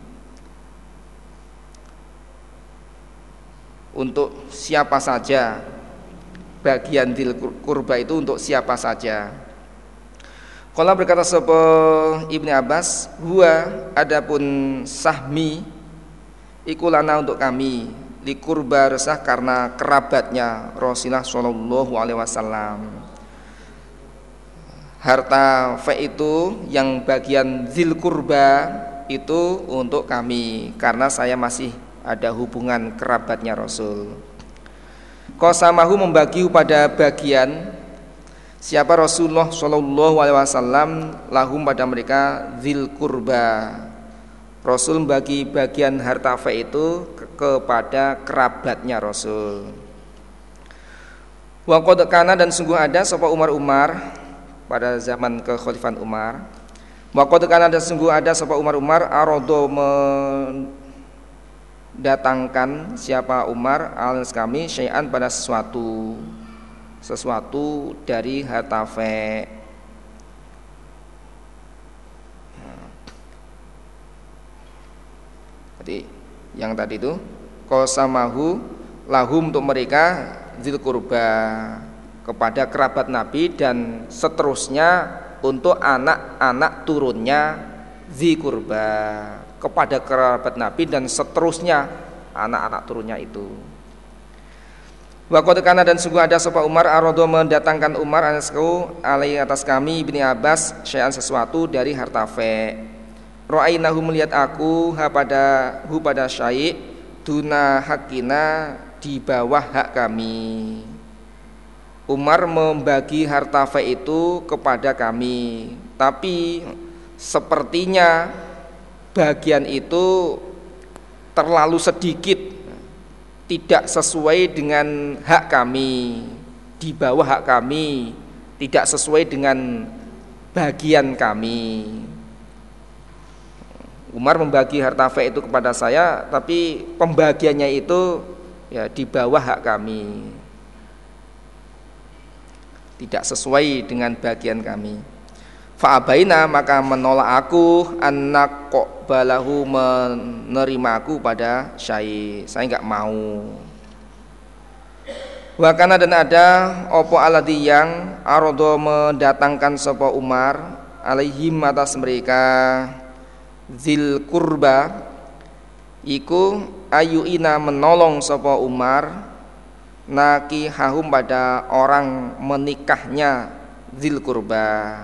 Untuk siapa saja? Bagian dil kurba itu untuk siapa saja? Qala berkata sapa Ibni Abbas, huwa adapun sahmi iku lana untuk kami, li kurba resah karena kerabatnya Rasulullah sallallahu alaihi wasallam. Harta fa itu yang bagian dzil kurba itu untuk kami karena saya masih ada hubungan kerabatnya Rasul. Qasamahu membagi pada bagian siapa Rasulullah sallallahu alaihi wasallam lahum pada mereka dzil kurba. Rasul membagi bagian harta fa itu ke kepada kerabatnya Rasul. Wa qad kana dan sungguh ada sapa Umar Umar pada zaman kekhalifahan Umar. Wa qad kana dan sungguh ada sapa Umar Umar arado datangkan siapa Umar alas kami syai'an pada sesuatu sesuatu dari harta fe. Jadi yang tadi itu qasamahu lahum untuk mereka dzil qurba kepada kerabat Nabi dan seterusnya untuk anak-anak turunnya dzil qurba kepada kerabat Nabi dan seterusnya anak-anak turunnya itu. Wa qad kana dan sungguh ada sapa Umar arado mendatangkan Umar anasku alai atas kami Ibni Abbas syai'an sesuatu dari harta fe. Ra'ainahu melihat aku ha pada hu pada syai' duna hakina di bawah hak kami. Umar membagi harta fe itu kepada kami, tapi sepertinya bagian itu terlalu sedikit, tidak sesuai dengan hak kami, di bawah hak kami, tidak sesuai dengan bagian kami. Umar membagi harta fe itu kepada saya, tapi pembagiannya itu ya di bawah hak kami, tidak sesuai dengan bagian kami. Fa'abaina maka menolak aku anak kok balahu menerima aku pada syai, saya enggak mau. Wakana dan ada opo aladi yang arodo mendatangkan sopo Umar alaihim atas mereka zil kurba iku ayuina menolong sapa Umar nakihahum pada orang menikahnya zil kurba.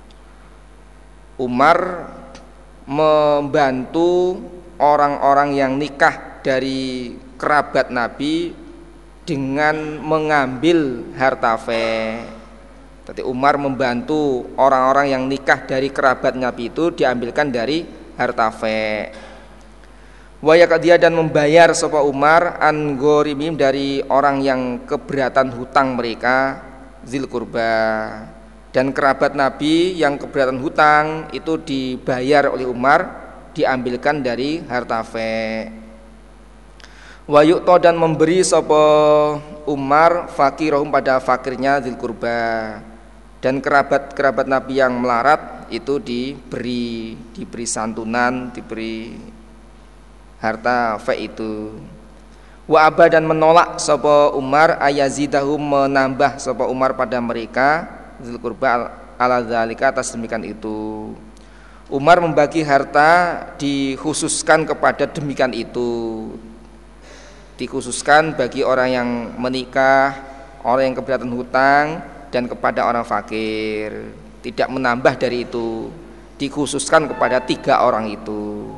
Umar membantu orang-orang yang nikah dari kerabat Nabi dengan mengambil harta fe. Jadi Umar membantu orang-orang yang nikah dari kerabat Nabi itu diambilkan dari harta fe. Wa yaqdiya dan membayar sapa Umar an ghorimim dari orang yang keberatan hutang mereka zil kurba. Dan kerabat Nabi yang keberatan hutang itu dibayar oleh Umar, diambilkan dari harta fe. Wa yu'ta dan memberi sapa Umar fakirahum pada fakirnya zil kurba. Dan kerabat-kerabat Nabi yang melarat itu diberi diberi santunan, diberi harta fe itu. Wa aba dan menolak sapa Umar ayazidahum menambah sapa Umar pada mereka zil kurba ala zalika atas demikian itu. Umar membagi harta dikhususkan kepada demikian itu. Dikhususkan bagi orang yang menikah, orang yang keberatan hutang dan kepada orang fakir. Tidak menambah dari itu. Dikhususkan kepada tiga orang itu.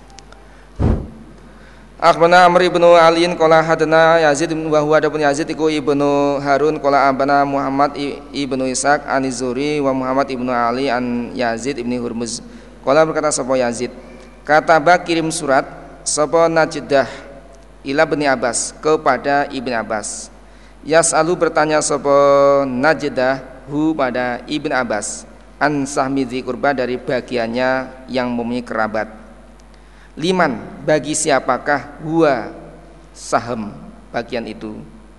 Akhbarana Amr ibnu Aliin qala hadana Yazid wa huwa adapun Yazid iku ibnu Harun qala abana Muhammad ibnu Ishaq an Zuri wa Muhammad ibnu Ali an Yazid ibnu Hurmuz. Qala berkata sapa Yazid, kataba kirim surat sapa Najdah ila Ibni Abbas kepada Ibn Abbas. Yas'alu bertanya sapa Najdah hu pada Ibn Abbas an sahmi dzi kurba dari bagiannya yang mempunyai kerabat. Liman bagi siapakah huwa saham bagian itu.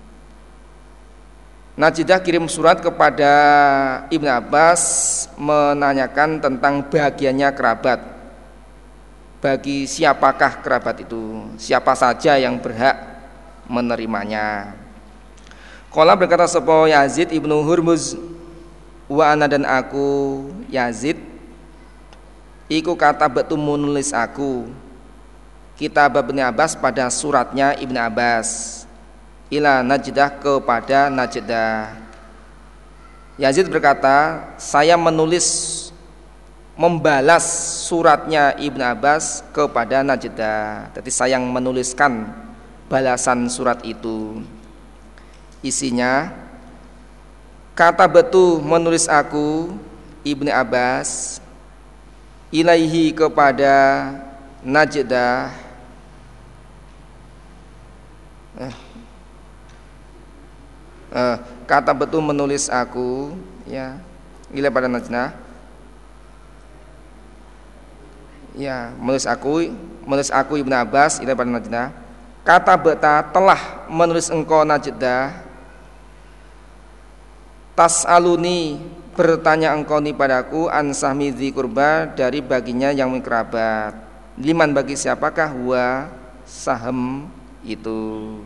Najdah kirim surat kepada Ibn Abbas menanyakan tentang bagiannya kerabat. Bagi siapakah kerabat itu? Siapa saja yang berhak menerimanya? Qala berkata sapa Yazid ibnu Hurmuz wa ana dan aku Yazid iku kata betu menulis aku kitab Ibn Abbas pada suratnya Ibn Abbas ila Najdah kepada Najdah. Yazid berkata, saya menulis membalas suratnya Ibn Abbas kepada Najdah. Jadi saya yang menuliskan balasan surat itu. Isinya, kata betul menulis aku Ibn Abbas ilaihi kepada Najdah. Eh, eh, kata betul menulis aku, ya, ilai pada Najdah. Ya, menulis aku, menulis aku Ibn Abbas ilai pada Najdah. Kata beta telah menulis engkau Najdah. Tas'aluni bertanya engkau ni padaku an sahmi dzi kurba dari baginya yang kerabat. Liman bagi siapakah huwa saham itu.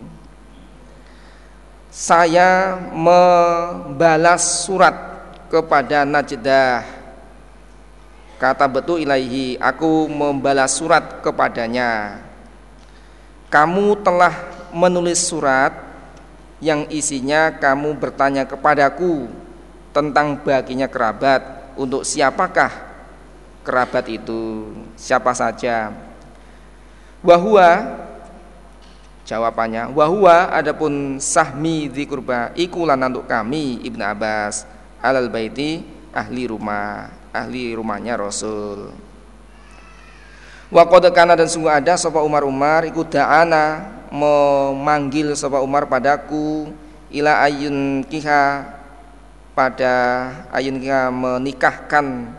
Saya membalas surat kepada Najdah. Kata betul ilaihi, aku membalas surat kepadanya. Kamu telah menulis surat yang isinya kamu bertanya kepadaku tentang baginya kerabat. Untuk siapakah kerabat itu? Siapa saja? Wahua, jawabannya, wahua adapun sahmi dzi kurba iku lan untuk kami Ibnu Abbas alal baiti ahli rumah, ahli rumahnya Rasul. Wa qad kana dan sungguh ada sapa Umar Umar iku da'ana memanggil sapa Umar padaku ila ayun kiha pada ayun kiha menikahkan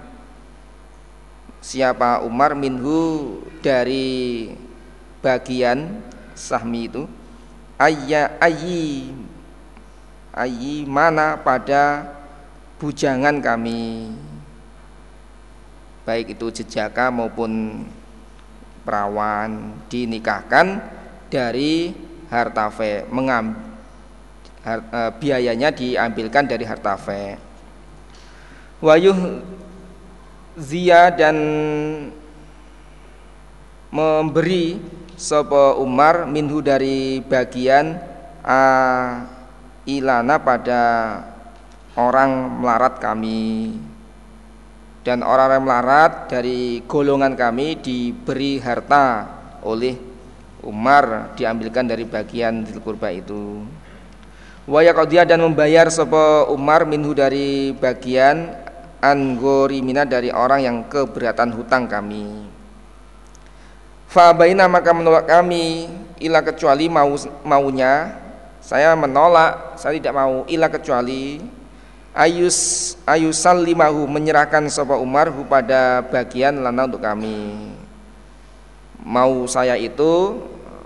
siapa Umar minhu dari bagian sahmi itu ayya ayyi ayyi mana pada bujangan kami, baik itu jejaka maupun perawan, dinikahkan dari harta fe, mengam, har, e, biayanya diambilkan dari harta fe. Wayuh zia dan memberi sapa Umar minhu dari bagian a ilana pada orang melarat kami, dan orang-orang melarat dari golongan kami diberi harta oleh Umar, diambilkan dari bagian dzil qurba itu. Wa yaqdiya dan membayar sapa Umar minhu dari bagian anggorimina dari orang yang keberatan hutang kami. Fa baina maka menolak kami ila kecuali mau maunya saya menolak, saya tidak mau ila kecuali ayus ayusal limahu menyerahkan sapa Umar hu pada bagian lana untuk kami. Mau saya itu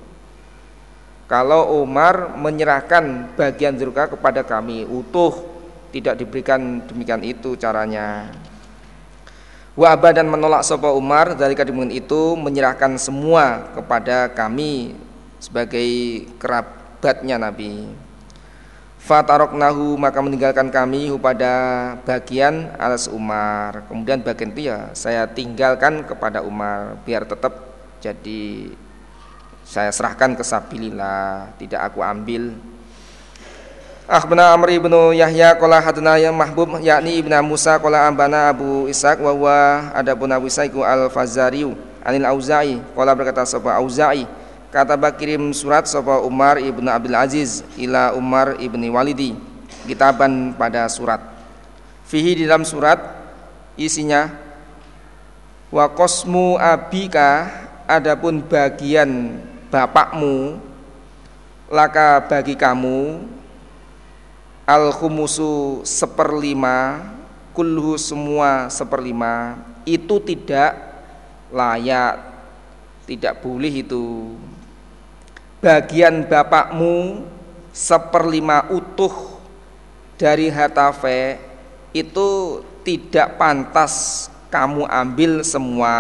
kalau Umar menyerahkan bagian zurka kepada kami utuh, tidak diberikan demikian itu caranya. Wa abadan menolak sapa Umar dari kadimun itu menyerahkan semua kepada kami sebagai kerabatnya Nabi. Fataroknahu maka meninggalkan kami pada bagian alas Umar. Kemudian bagian itu ya saya tinggalkan kepada Umar biar tetap jadi saya serahkan ke sabilillah, tidak aku ambil. Akhbarana Amr ibnu Yahya qala hadana ya Mahbub yakni ibnu Musa qala ambana Abu Ishaq wa huwa adapun Abu Ishaq al-Fazari anil Auza'i qala berkata sapa Auza'i kata kirim surat sapa Umar ibnu Abdul Aziz ila Umar ibni Walidi kitaban pada surat fihi di dalam surat isinya wa qasmu abika adapun bagian bapakmu laka bagi kamu al khumusu seperlima kulhu semua seperlima itu tidak layak, tidak boleh itu bagian bapakmu seperlima utuh dari harta fe itu tidak pantas kamu ambil semua.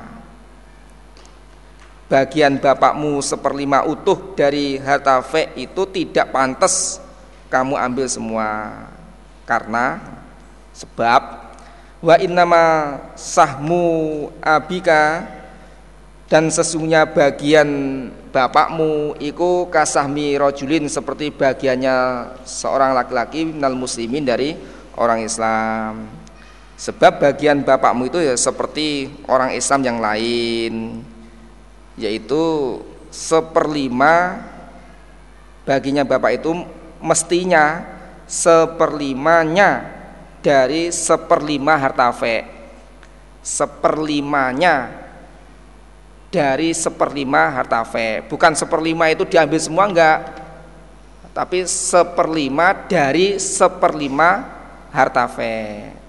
Bagian bapakmu seperlima utuh dari harta fe itu tidak pantas kamu ambil semua, karena sebab wa innama sahmu abika dan sesungguhnya bagian bapakmu iku kasahmi rojulin seperti bagiannya seorang laki-laki minal muslimin dari orang Islam. Sebab bagian bapakmu itu ya seperti orang Islam yang lain, yaitu seperlima baginya bapak itu mestinya seperlimanya dari seperlima harta fe, seperlimanya dari seperlima harta fe, bukan seperlima itu diambil semua enggak, tapi seperlima dari seperlima harta fe.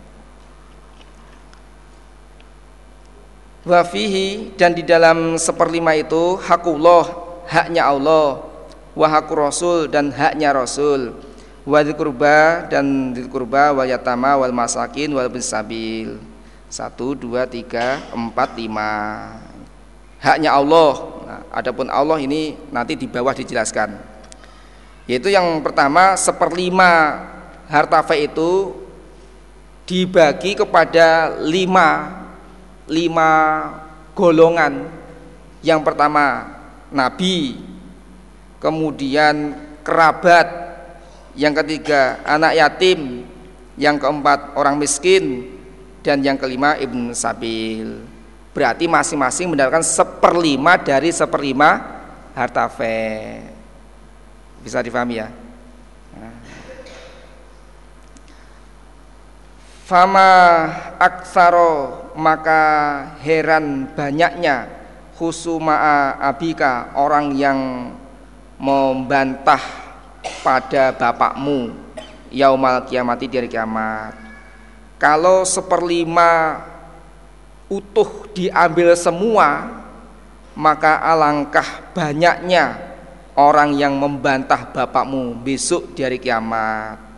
Wa fihi dan di dalam seperlima itu hakullah haknya Allah, wa haku Rasul dan haknya Rasul, wa dzil qurba dan dzil qurba wal yatama wal masakin wal bin sabil. Satu, dua, tiga, empat, lima. Haknya Allah. Nah, adapun Allah ini nanti di bawah dijelaskan. Yaitu yang pertama seperlima harta fe itu dibagi kepada lima lima golongan. Yang pertama nabi, kemudian kerabat, yang ketiga anak yatim, yang keempat orang miskin, dan yang kelima ibn sabil. Berarti masing-masing mendapatkan seperlima dari seperlima harta fe. Bisa difahami ya? Fama aksaro maka heran banyaknya khusuma'a abika orang yang membantah pada bapakmu yaumal kiamati dari kiamat. Kalau seperlima utuh diambil semua, maka alangkah banyaknya orang yang membantah bapakmu besok di hari kiamat.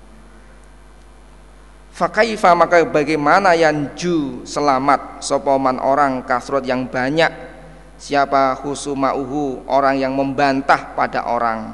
Fakaifa maka bagaimana yanju selamat sopoman orang kasrot yang banyak, siapa khusumauhu orang yang membantah pada orang,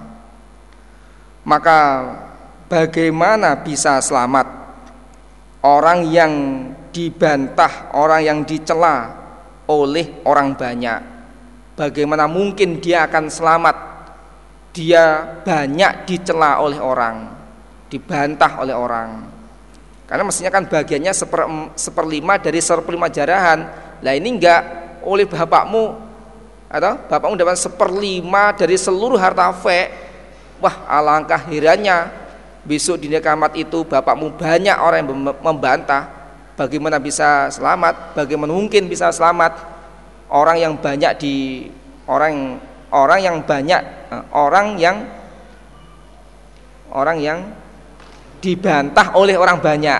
maka bagaimana bisa selamat orang yang dibantah, orang yang dicela oleh orang banyak, bagaimana mungkin dia akan selamat? Dia banyak dicela oleh orang, dibantah oleh orang. Karena mestinya kan bagiannya seper, seperlima dari seperlima jarahan. Lah ini enggak, oleh bapakmu atau bapakmu dapat seperlima dari seluruh harta fe. Wah, alangkah herannya besok di kiamat itu bapakmu banyak orang yang membantah. Bagaimana bisa selamat? Bagaimana mungkin bisa selamat? Orang yang banyak di orang orang yang banyak orang yang orang yang dibantah oleh orang banyak.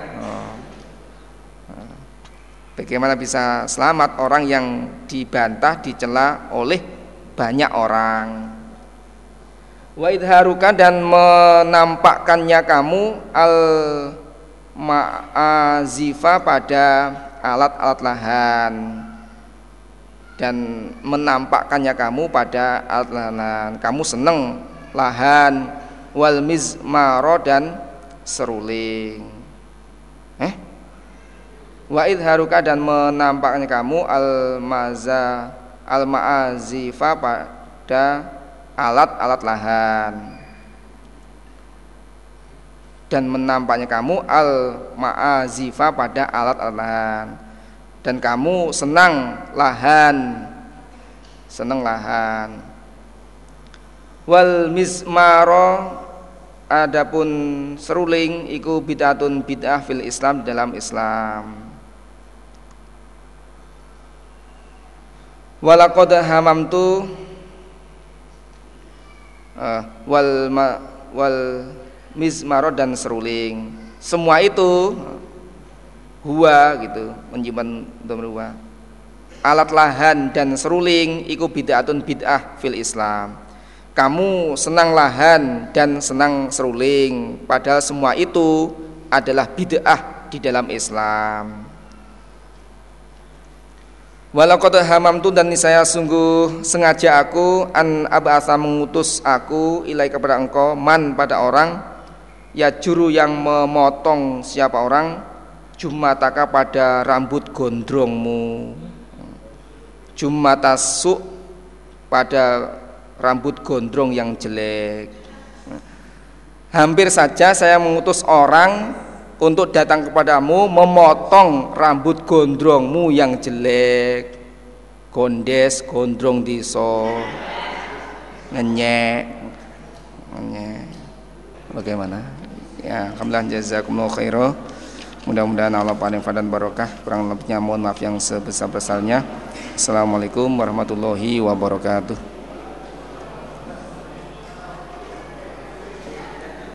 Bagaimana bisa selamat orang yang dibantah, dicela oleh banyak orang? Wa idharuka, dan menampakkannya kamu al ma'azifa pada alat-alat lahan, dan menampakkannya kamu pada alat lahan. Kamu seneng lahan, wal mizmaro, dan seruling. Eh? Wa idharuka, dan menampakkannya kamu al maza al ma'azifa pada alat-alat lahan, dan menampaknya kamu al ma'azifa pada alat-alat lahan, dan kamu senang lahan, senang lahan. Wal mizmaro, adapun seruling iku bid'atun bid'ah fil Islam, dalam Islam. Walaqad hamamtu uh, wal ma, wal mizmaro, dan seruling, semua itu huwa gitu, menyimpan huwa. Alat lahan dan seruling iku bid'atun bid'ah fil Islam. Kamu senang lahan dan senang seruling, padahal semua itu adalah bid'ah di dalam Islam. Walaqad hamamtu, dan niscaya sungguh sengaja aku an ab'atsa, mengutus aku ilai kepada engkau, man pada orang, ya juru yang memotong siapa orang, jumataka pada rambut gondrongmu, jumatasu pada rambut gondrong yang jelek. Hampir saja saya mengutus orang untuk datang kepadamu, memotong rambut gondrongmu yang jelek. Gondes, gondrong diso, ngenyek, ngenyek. Bagaimana? Ya, alhamdulillah, jazakumullahu khairan. Mudah-mudahan Allah paling dan barokah. Kurang lebihnya mohon maaf yang sebesar-besarnya. Assalamualaikum warahmatullahi wabarakatuh.